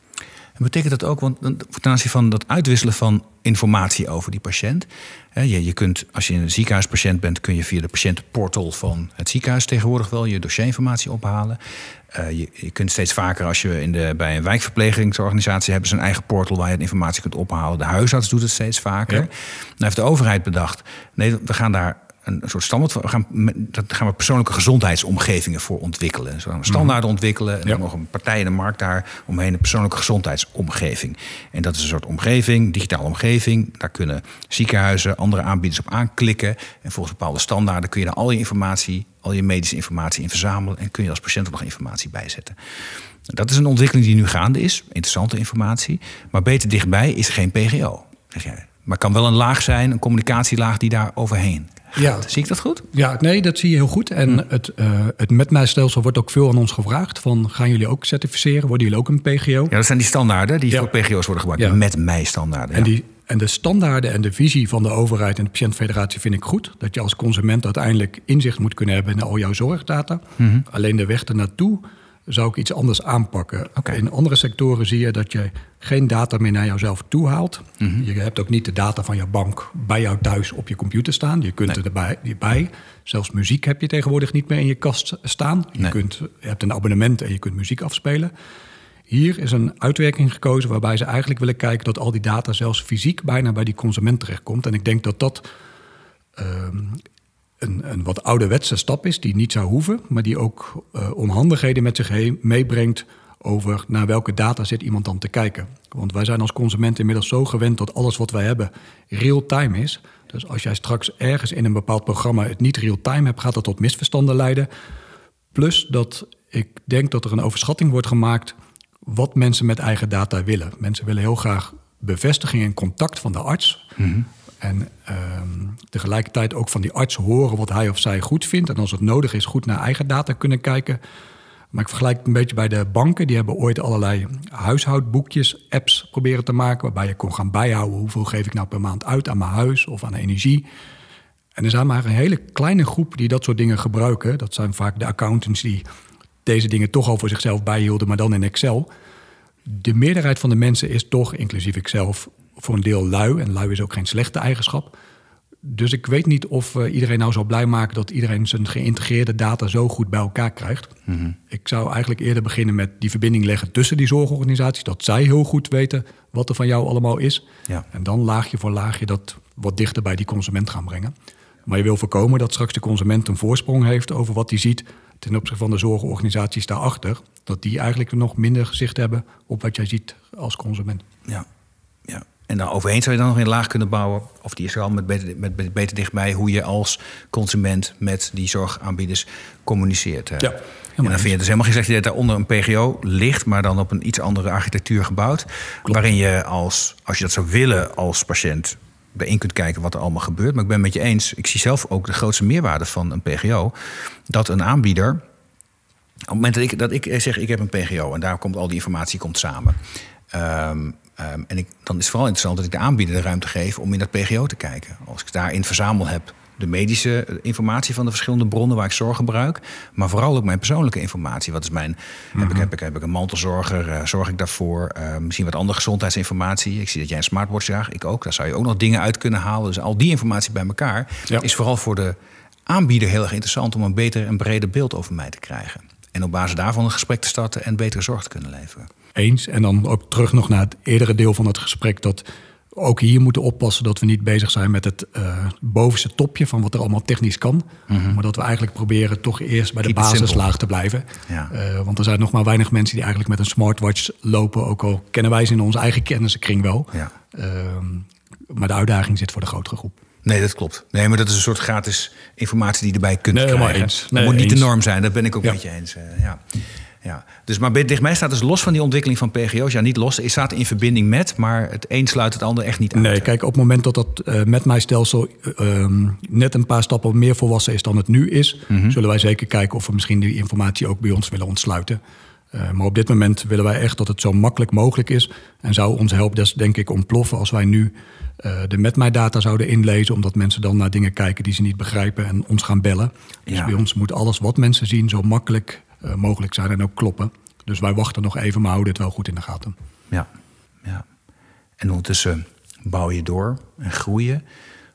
En betekent dat ook, want ten aanzien van dat uitwisselen van informatie over die patiënt. Je, je kunt, als je een ziekenhuispatiënt bent, kun je via de patiëntenportal van het ziekenhuis tegenwoordig wel je dossierinformatie ophalen. Uh, je, je kunt steeds vaker, als je in de, bij een wijkverplegingsorganisatie hebben ze een eigen portal waar je de informatie kunt ophalen. De huisarts doet het steeds vaker. Ja. Nou heeft de overheid bedacht, nee, we gaan daar een soort standaard. We gaan, daar gaan we persoonlijke gezondheidsomgevingen voor ontwikkelen. Zo gaan we standaarden ontwikkelen. En ja. dan nog een partij in de markt daar omheen een persoonlijke gezondheidsomgeving. En dat is een soort omgeving, digitale omgeving. Daar kunnen ziekenhuizen, andere aanbieders op aanklikken. En volgens bepaalde standaarden kun je daar al je informatie, al je medische informatie in verzamelen. En kun je als patiënt ook nog informatie bijzetten. Dat is een ontwikkeling die nu gaande is. Interessante informatie. Maar beter dichtbij is geen P G O, zeg jij. Maar kan wel een laag zijn, een communicatielaag die daar overheen gaat. Ja. Zie ik dat goed? Ja, nee, dat zie je heel goed. En hm. het, uh, het MedMij-stelsel wordt ook veel aan ons gevraagd. Van, gaan jullie ook certificeren? Worden jullie ook een P G O? Ja, dat zijn die standaarden die ja. voor P G O's worden gebruikt. Ja. De MedMij-standaarden. En, ja. en de standaarden en de visie van de overheid en de patiëntfederatie vind ik goed. Dat je als consument uiteindelijk inzicht moet kunnen hebben in al jouw zorgdata. Mm-hmm. Alleen de weg ernaartoe zou ik iets anders aanpakken. Okay. In andere sectoren zie je dat je geen data meer naar jouzelf toe haalt. Mm-hmm. Je hebt ook niet de data van je bank bij jou thuis op je computer staan. Je kunt nee. erbij, erbij. Zelfs muziek heb je tegenwoordig niet meer in je kast staan. Je, nee. kunt, je hebt een abonnement en je kunt muziek afspelen. Hier is een uitwerking gekozen waarbij ze eigenlijk willen kijken dat al die data zelfs fysiek bijna bij die consument terechtkomt. En ik denk dat dat Um, Een, een wat ouderwetse stap is, die niet zou hoeven, maar die ook uh, onhandigheden met zich heen meebrengt over naar welke data zit iemand dan te kijken. Want wij zijn als consument inmiddels zo gewend dat alles wat wij hebben real-time is. Dus als jij straks ergens in een bepaald programma het niet real-time hebt, gaat dat tot misverstanden leiden. Plus dat ik denk dat er een overschatting wordt gemaakt wat mensen met eigen data willen. Mensen willen heel graag bevestiging en contact van de arts. Mm-hmm. En uh, tegelijkertijd ook van die arts horen wat hij of zij goed vindt. En als het nodig is, goed naar eigen data kunnen kijken. Maar ik vergelijk het een beetje bij de banken. Die hebben ooit allerlei huishoudboekjes, apps proberen te maken. Waarbij je kon gaan bijhouden hoeveel geef ik nou per maand uit aan mijn huis of aan energie. En er zijn maar een hele kleine groep die dat soort dingen gebruiken. Dat zijn vaak de accountants die deze dingen toch al voor zichzelf bijhielden, maar dan in Excel. De meerderheid van de mensen is toch, inclusief ikzelf, voor een deel lui. En lui is ook geen slechte eigenschap. Dus ik weet niet of uh, iedereen nou zal blij maken dat iedereen zijn geïntegreerde data zo goed bij elkaar krijgt. Mm-hmm. Ik zou eigenlijk eerder beginnen met die verbinding leggen tussen die zorgorganisaties. Dat zij heel goed weten wat er van jou allemaal is. Ja. En dan laagje voor laagje dat wat dichter bij die consument gaan brengen. Maar je wil voorkomen dat straks de consument een voorsprong heeft over wat hij ziet ten opzichte van de zorgorganisaties daarachter. Dat die eigenlijk nog minder gezicht hebben op wat jij ziet als consument. Ja, ja. En dan overheen zou je dan nog een laag kunnen bouwen, of die is er al met beter, met, met beter dichtbij, hoe je als consument met die zorgaanbieders communiceert. Ja. En dan vind je dus helemaal geen slecht idee dat daaronder een P G O ligt, maar dan op een iets andere architectuur gebouwd. Klopt. Waarin je als, als je dat zou willen als patiënt, erin kunt kijken wat er allemaal gebeurt. Maar ik ben het met je eens, ik zie zelf ook de grootste meerwaarde van een P G O. Dat een aanbieder, op het moment dat ik, dat ik zeg ik heb een P G O en daar komt al die informatie komt samen. Um, Um, en ik, dan is het vooral interessant dat ik de aanbieder de ruimte geef om in dat P G O te kijken. Als ik daarin verzamel heb de medische informatie van de verschillende bronnen waar ik zorg gebruik, maar vooral ook mijn persoonlijke informatie. Wat is mijn, mm-hmm. heb, ik, heb, ik, heb ik een mantelzorger, uh, zorg ik daarvoor? Uh, misschien wat andere gezondheidsinformatie. Ik zie dat jij een smartwatch draagt, ik ook. Daar zou je ook nog dingen uit kunnen halen. Dus al die informatie bij elkaar ja. is vooral voor de aanbieder heel erg interessant om een beter en breder beeld over mij te krijgen. En op basis daarvan een gesprek te starten en betere zorg te kunnen leveren. Eens. En dan ook terug nog naar het eerdere deel van het gesprek, dat we ook hier moeten oppassen dat we niet bezig zijn met het uh, bovenste topje van wat er allemaal technisch kan. Mm-hmm. Maar dat we eigenlijk proberen toch eerst bij de Keep basislaag te blijven. Ja. Uh, want er zijn nog maar weinig mensen die eigenlijk met een smartwatch lopen. Ook al kennen wij ze in onze eigen kennissenkring wel. Ja. Uh, maar de uitdaging zit voor de grotere groep. Nee, dat klopt. Nee, maar dat is een soort gratis informatie die je erbij kunt nee, krijgen. Eens. Dat nee, moet niet eens. de norm zijn, dat ben ik ook ja. met je eens. Uh, ja. Ja. Dus, maar dichtbij staat dus los van die ontwikkeling van P G O's. Ja, niet los. Het staat in verbinding met, maar het een sluit het ander echt niet uit. Nee, kijk, op het moment dat dat uh, met mijn stelsel uh, net een paar stappen meer volwassen is dan het nu is, mm-hmm. zullen wij zeker kijken of we misschien die informatie ook bij ons willen ontsluiten. Uh, maar op dit moment willen wij echt dat het zo makkelijk mogelijk is. En zou onze helpdesk denk ik ontploffen als wij nu uh, de met mij data zouden inlezen, omdat mensen dan naar dingen kijken die ze niet begrijpen en ons gaan bellen. Dus ja. bij ons moet alles wat mensen zien zo makkelijk uh, mogelijk zijn en ook kloppen. Dus wij wachten nog even, maar houden het wel goed in de gaten. Ja, ja. En ondertussen bouw je door en groei je.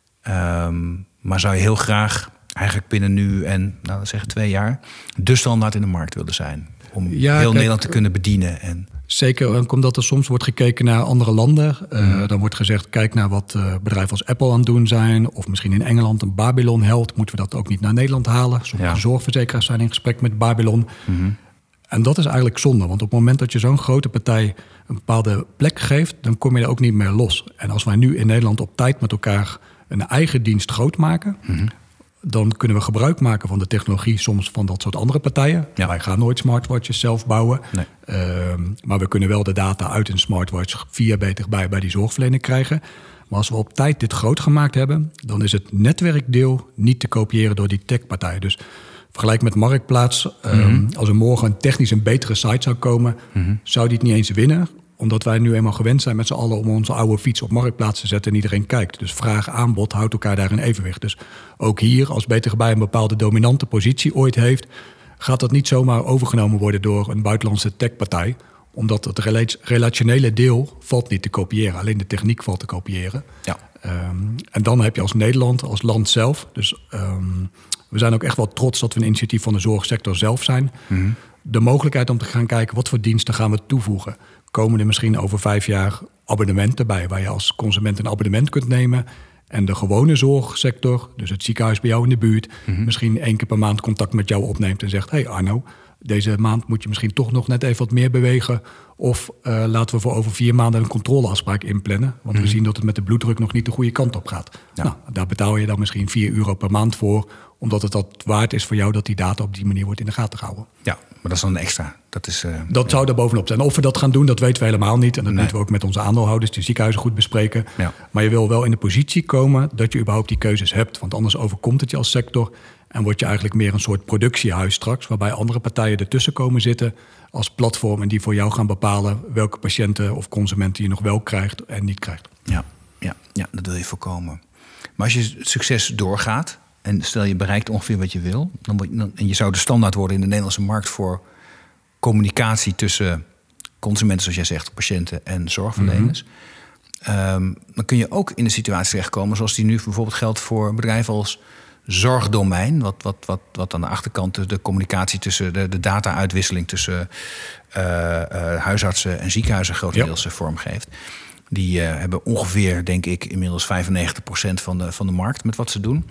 Um, maar zou je heel graag eigenlijk binnen nu en nou, we zeggen twee jaar de standaard in de markt willen zijn? Om ja, heel kijk, Nederland te kunnen bedienen. En... Zeker, omdat er soms wordt gekeken naar andere landen. Uh, mm. Dan wordt gezegd, kijk naar wat uh, bedrijven als Apple aan het doen zijn. Of misschien in Engeland een Babylon Health. Moeten we dat ook niet naar Nederland halen? Sommige ja. zorgverzekeraars zijn in gesprek met Babylon. Mm-hmm. En dat is eigenlijk zonde. Want op het moment dat je zo'n grote partij een bepaalde plek geeft, dan kom je er ook niet meer los. En als wij nu in Nederland op tijd met elkaar een eigen dienst groot maken, mm-hmm. dan kunnen we gebruik maken van de technologie soms van dat soort andere partijen. Ja. Wij gaan nooit smartwatches zelf bouwen. Nee. Uh, maar we kunnen wel de data uit een smartwatch via beter bij, bij die zorgverlener krijgen. Maar als we op tijd dit groot gemaakt hebben, dan is het netwerkdeel niet te kopiëren door die techpartij. Dus vergelijk met Marktplaats. Mm-hmm. Um, als er morgen een technisch een betere site zou komen, mm-hmm. zou die het niet eens winnen, omdat wij nu eenmaal gewend zijn met z'n allen om onze oude fiets op Marktplaats te zetten en iedereen kijkt. Dus vraag, aanbod houdt elkaar daar in evenwicht. Dus ook hier, als Beter bij een bepaalde dominante positie ooit heeft, gaat dat niet zomaar overgenomen worden door een buitenlandse techpartij. Omdat het rela- relationele deel valt niet te kopiëren. Alleen de techniek valt te kopiëren. Ja. Um, en dan heb je als Nederland, als land zelf. Dus um, we zijn ook echt wel trots dat we een initiatief van de zorgsector zelf zijn. Mm-hmm. De mogelijkheid om te gaan kijken wat voor diensten gaan we toevoegen. Komen er misschien over vijf jaar abonnementen bij, waar je als consument een abonnement kunt nemen. En de gewone zorgsector, dus het ziekenhuis bij jou in de buurt, mm-hmm. misschien één keer per maand contact met jou opneemt en zegt: hey Arno, deze maand moet je misschien toch nog net even wat meer bewegen. Of uh, laten we voor over vier maanden een controleafspraak inplannen. Want mm-hmm. we zien dat het met de bloeddruk nog niet de goede kant op gaat. Ja. Nou, daar betaal je dan misschien vier euro per maand voor, omdat het dat waard is voor jou dat die data op die manier wordt in de gaten gehouden. Ja, maar dat is dan een extra. Dat, is, uh, dat ja. zou er bovenop zijn. Of we dat gaan doen, dat weten we helemaal niet. En dat nee. moeten we ook met onze aandeelhouders, die ziekenhuizen, goed bespreken. Ja. Maar je wil wel in de positie komen dat je überhaupt die keuzes hebt. Want anders overkomt het je als sector en word je eigenlijk meer een soort productiehuis straks, waarbij andere partijen ertussen komen zitten als platform en die voor jou gaan bepalen welke patiënten of consumenten je nog wel krijgt en niet krijgt. Ja, ja, ja, dat wil je voorkomen. Maar als je succes doorgaat en stel je bereikt ongeveer wat je wil, dan word je, dan, en je zou de standaard worden in de Nederlandse markt voor communicatie tussen consumenten, zoals jij zegt, patiënten en zorgverleners. Mm-hmm. Um, dan kun je ook in de situatie terechtkomen zoals die nu bijvoorbeeld geldt voor bedrijven als zorgdomein, wat, wat, wat, wat aan de achterkant de, de communicatie tussen de, de data-uitwisseling tussen uh, uh, huisartsen en ziekenhuizen grotendeels ja. vormgeeft. Die uh, hebben ongeveer, denk ik, inmiddels vijfennegentig procent van de, van de markt met wat ze doen.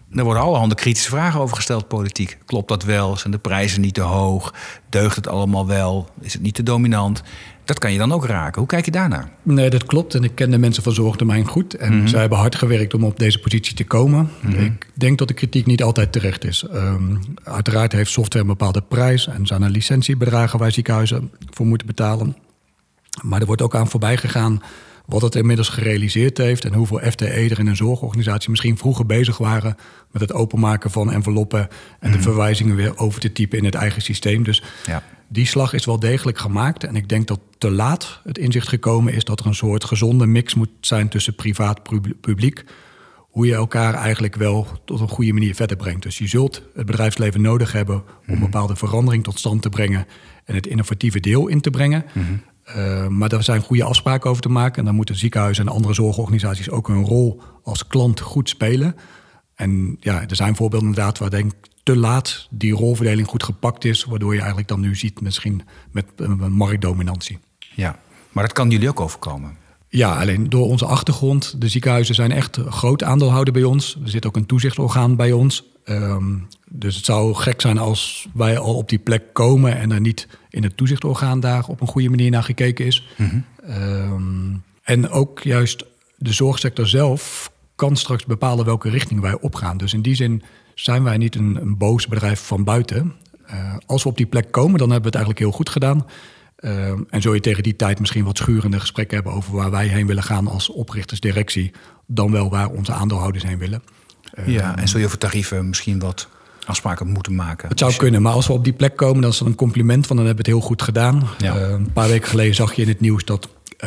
Er worden allerhande kritische vragen over gesteld, politiek. Klopt dat wel? Zijn de prijzen niet te hoog? Deugt het allemaal wel? Is het niet te dominant? Dat kan je dan ook raken. Hoe kijk je daarnaar? Nee, dat klopt. En ik ken de mensen van Zorgdomein goed. En mm-hmm. zij hebben hard gewerkt om op deze positie te komen. Mm-hmm. Ik denk dat de kritiek niet altijd terecht is. Um, uiteraard heeft software een bepaalde prijs. En zijn er licentiebedragen waar ziekenhuizen voor moeten betalen. Maar er wordt ook aan voorbij gegaan wat het inmiddels gerealiseerd heeft en hoeveel F T E er in een zorgorganisatie misschien vroeger bezig waren met het openmaken van enveloppen en mm. de verwijzingen weer over te typen in het eigen systeem. Dus ja. die slag is wel degelijk gemaakt. En ik denk dat te laat het inzicht gekomen is dat er een soort gezonde mix moet zijn tussen privaat en publiek. Hoe je elkaar eigenlijk wel tot een goede manier verder brengt. Dus je zult het bedrijfsleven nodig hebben om mm. een bepaalde verandering tot stand te brengen en het innovatieve deel in te brengen. Mm. Uh, maar daar zijn goede afspraken over te maken. En dan moeten ziekenhuizen en andere zorgorganisaties ook hun rol als klant goed spelen. En ja, er zijn voorbeelden inderdaad waar denk ik te laat die rolverdeling goed gepakt is. Waardoor je eigenlijk dan nu ziet misschien met een marktdominantie. Ja, maar dat kan jullie ook overkomen. Ja, alleen door onze achtergrond. De ziekenhuizen zijn echt groot aandeelhouder bij ons. Er zit ook een toezichtsorgaan bij ons. Um, dus het zou gek zijn als wij al op die plek komen en er niet in het toezichtorgaan daar op een goede manier naar gekeken is. Mm-hmm. Um, en ook juist de zorgsector zelf kan straks bepalen welke richting wij opgaan. Dus in die zin zijn wij niet een, een boos bedrijf van buiten. Uh, als we op die plek komen, dan hebben we het eigenlijk heel goed gedaan. Uh, en zul je tegen die tijd misschien wat schurende gesprekken hebben over waar wij heen willen gaan als oprichtersdirectie, dan wel waar onze aandeelhouders heen willen. Ja, en zul je over tarieven misschien wat afspraken moeten maken? Het zou kunnen, maar als we op die plek komen, dan is dat een compliment van dan hebben we het heel goed gedaan. Ja. Uh, een paar weken geleden zag je in het nieuws dat uh,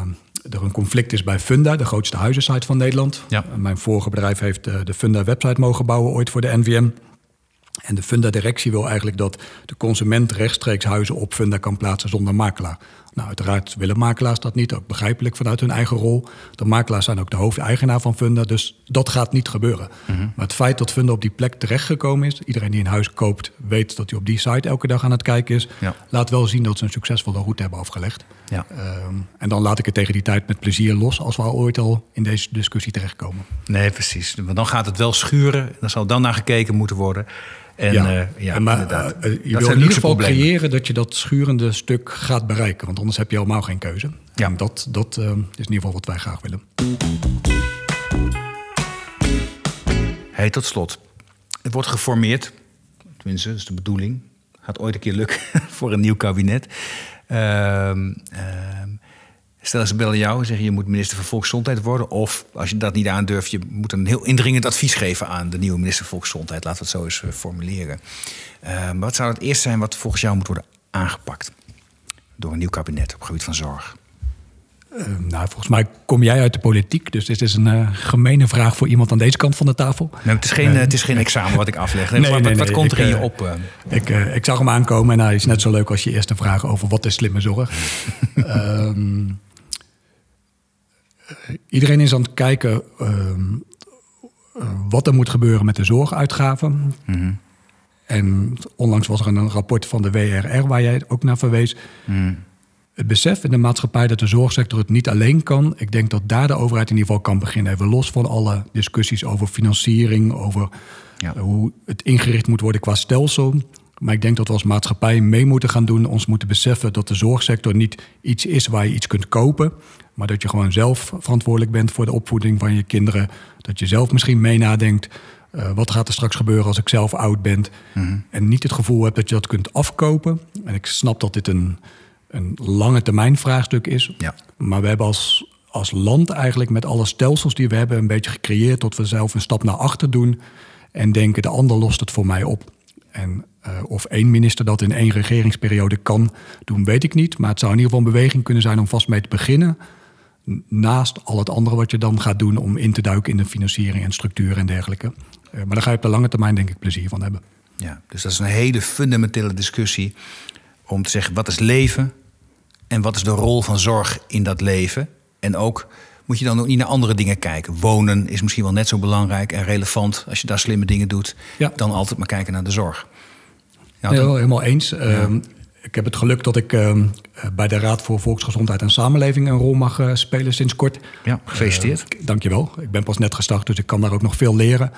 er een conflict is bij Funda, de grootste huizensite van Nederland. Ja. Uh, mijn vorige bedrijf heeft uh, de Funda-website mogen bouwen ooit voor de N V M. En de Funda-directie wil eigenlijk dat de consument rechtstreeks huizen op Funda kan plaatsen zonder makelaar. Nou, uiteraard willen makelaars dat niet, ook begrijpelijk vanuit hun eigen rol. De makelaars zijn ook de hoofdeigenaar van Funda, dus dat gaat niet gebeuren. Mm-hmm. Maar het feit dat Funda op die plek terechtgekomen is, iedereen die een huis koopt weet dat hij op die site elke dag aan het kijken is, ja. laat wel zien dat ze een succesvolle route hebben afgelegd. Ja. Um, en dan laat ik het tegen die tijd met plezier los als we al ooit al in deze discussie terechtkomen. Nee, precies. Want dan gaat het wel schuren, dan zal dan naar gekeken moeten worden. En, ja, uh, ja maar uh, je wil in ieder geval problemen. creëren dat je dat schurende stuk gaat bereiken. Want anders heb je helemaal geen keuze. Ja. En dat, dat uh, is in ieder geval wat wij graag willen. Hey, tot slot. Het wordt geformeerd. Tenminste, dat is de bedoeling. Gaat ooit een keer lukken voor een nieuw kabinet. Uh, uh, Stel ze bellen jou en zeggen je moet minister van Volksgezondheid worden. Of als je dat niet aandurft, je moet een heel indringend advies geven aan de nieuwe minister van Volksgezondheid. Laten we het zo eens uh, formuleren. Uh, maar wat zou het eerst zijn wat volgens jou moet worden aangepakt door een nieuw kabinet op het gebied van zorg? Uh, nou, volgens mij kom jij uit de politiek. Dus dit is een uh, gemene vraag voor iemand aan deze kant van de tafel. Nee, het, is geen, uh, het is geen examen wat ik afleg. Nee, nee, wat, nee, wat nee, komt er in je op? Uh... Ik, uh, ik zag hem aankomen en hij is net zo leuk als je eerste vraag over wat is slimme zorg. um, Iedereen is aan het kijken uh, uh, wat er moet gebeuren met de zorguitgaven. Mm-hmm. En onlangs was er een rapport van de W R R waar jij ook naar verwees. Mm. Het besef in de maatschappij dat de zorgsector het niet alleen kan. Ik denk dat daar de overheid in ieder geval kan beginnen. Even los van alle discussies over financiering, over ja. uh, hoe het ingericht moet worden qua stelsel. Maar ik denk dat we als maatschappij mee moeten gaan doen. Ons moeten beseffen dat de zorgsector niet iets is waar je iets kunt kopen. Maar dat je gewoon zelf verantwoordelijk bent voor de opvoeding van je kinderen. Dat je zelf misschien mee nadenkt. Uh, wat gaat er straks gebeuren als ik zelf oud ben? Mm-hmm. En niet het gevoel hebt dat je dat kunt afkopen. En ik snap dat dit een, een lange termijn vraagstuk is. Ja. Maar we hebben als, als land eigenlijk met alle stelsels die we hebben een beetje gecreëerd tot we zelf een stap naar achter doen. En denken de ander lost het voor mij op. En uh, of één minister dat in één regeringsperiode kan doen, weet ik niet. Maar het zou in ieder geval een beweging kunnen zijn om vast mee te beginnen. Naast al het andere wat je dan gaat doen om in te duiken in de financiering en structuur en dergelijke. Uh, maar daar ga je op de lange termijn denk ik plezier van hebben. Ja, dus dat is een hele fundamentele discussie om te zeggen wat is leven en wat is de rol van zorg in dat leven. En ook moet je dan ook niet naar andere dingen kijken. Wonen is misschien wel net zo belangrijk en relevant als je daar slimme dingen doet. Ja. Dan altijd maar kijken naar de zorg. Nou, dan... ja, helemaal eens. Ja. Uh, ik heb het geluk dat ik uh, bij de Raad voor Volksgezondheid en Samenleving een rol mag uh, spelen sinds kort. Ja, gefeliciteerd. Uh, Dank je wel. Ik ben pas net gestart, dus ik kan daar ook nog veel leren.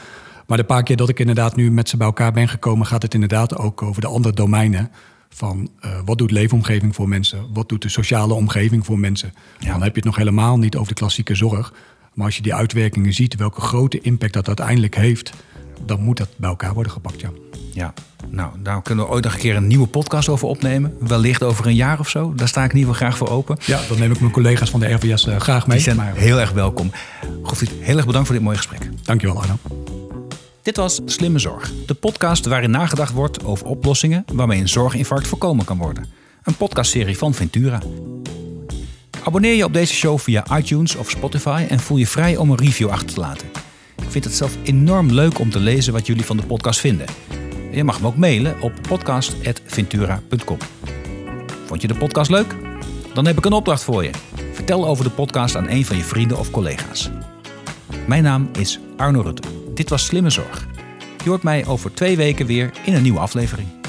Maar de paar keer dat ik inderdaad nu met ze bij elkaar ben gekomen, gaat het inderdaad ook over de andere domeinen. Van uh, wat doet leefomgeving voor mensen? Wat doet de sociale omgeving voor mensen? Ja. Dan heb je het nog helemaal niet over de klassieke zorg. Maar als je die uitwerkingen ziet, welke grote impact dat uiteindelijk heeft, dan moet dat bij elkaar worden gepakt, ja. Ja, nou, daar kunnen we ooit nog een keer een nieuwe podcast over opnemen. Wellicht over een jaar of zo. Daar sta ik in ieder geval graag voor open. Ja, dan neem ik mijn collega's van de R V S uh, graag mee. Die zijn maar heel erg welkom. Godfried, heel erg bedankt voor dit mooie gesprek. Dankjewel, Arno. Dit was Slimme Zorg, de podcast waarin nagedacht wordt over oplossingen waarmee een zorginfarct voorkomen kan worden. Een podcastserie van Ventura. Abonneer je op deze show via iTunes of Spotify en voel je vrij om een review achter te laten. Ik vind het zelf enorm leuk om te lezen wat jullie van de podcast vinden. Je mag me ook mailen op podcast apenstaartje ventura punt com. Vond je de podcast leuk? Dan heb ik een opdracht voor je. Vertel over de podcast aan een van je vrienden of collega's. Mijn naam is Arno Rutte. Dit was Slimme Zorg. Je hoort mij over twee weken weer in een nieuwe aflevering.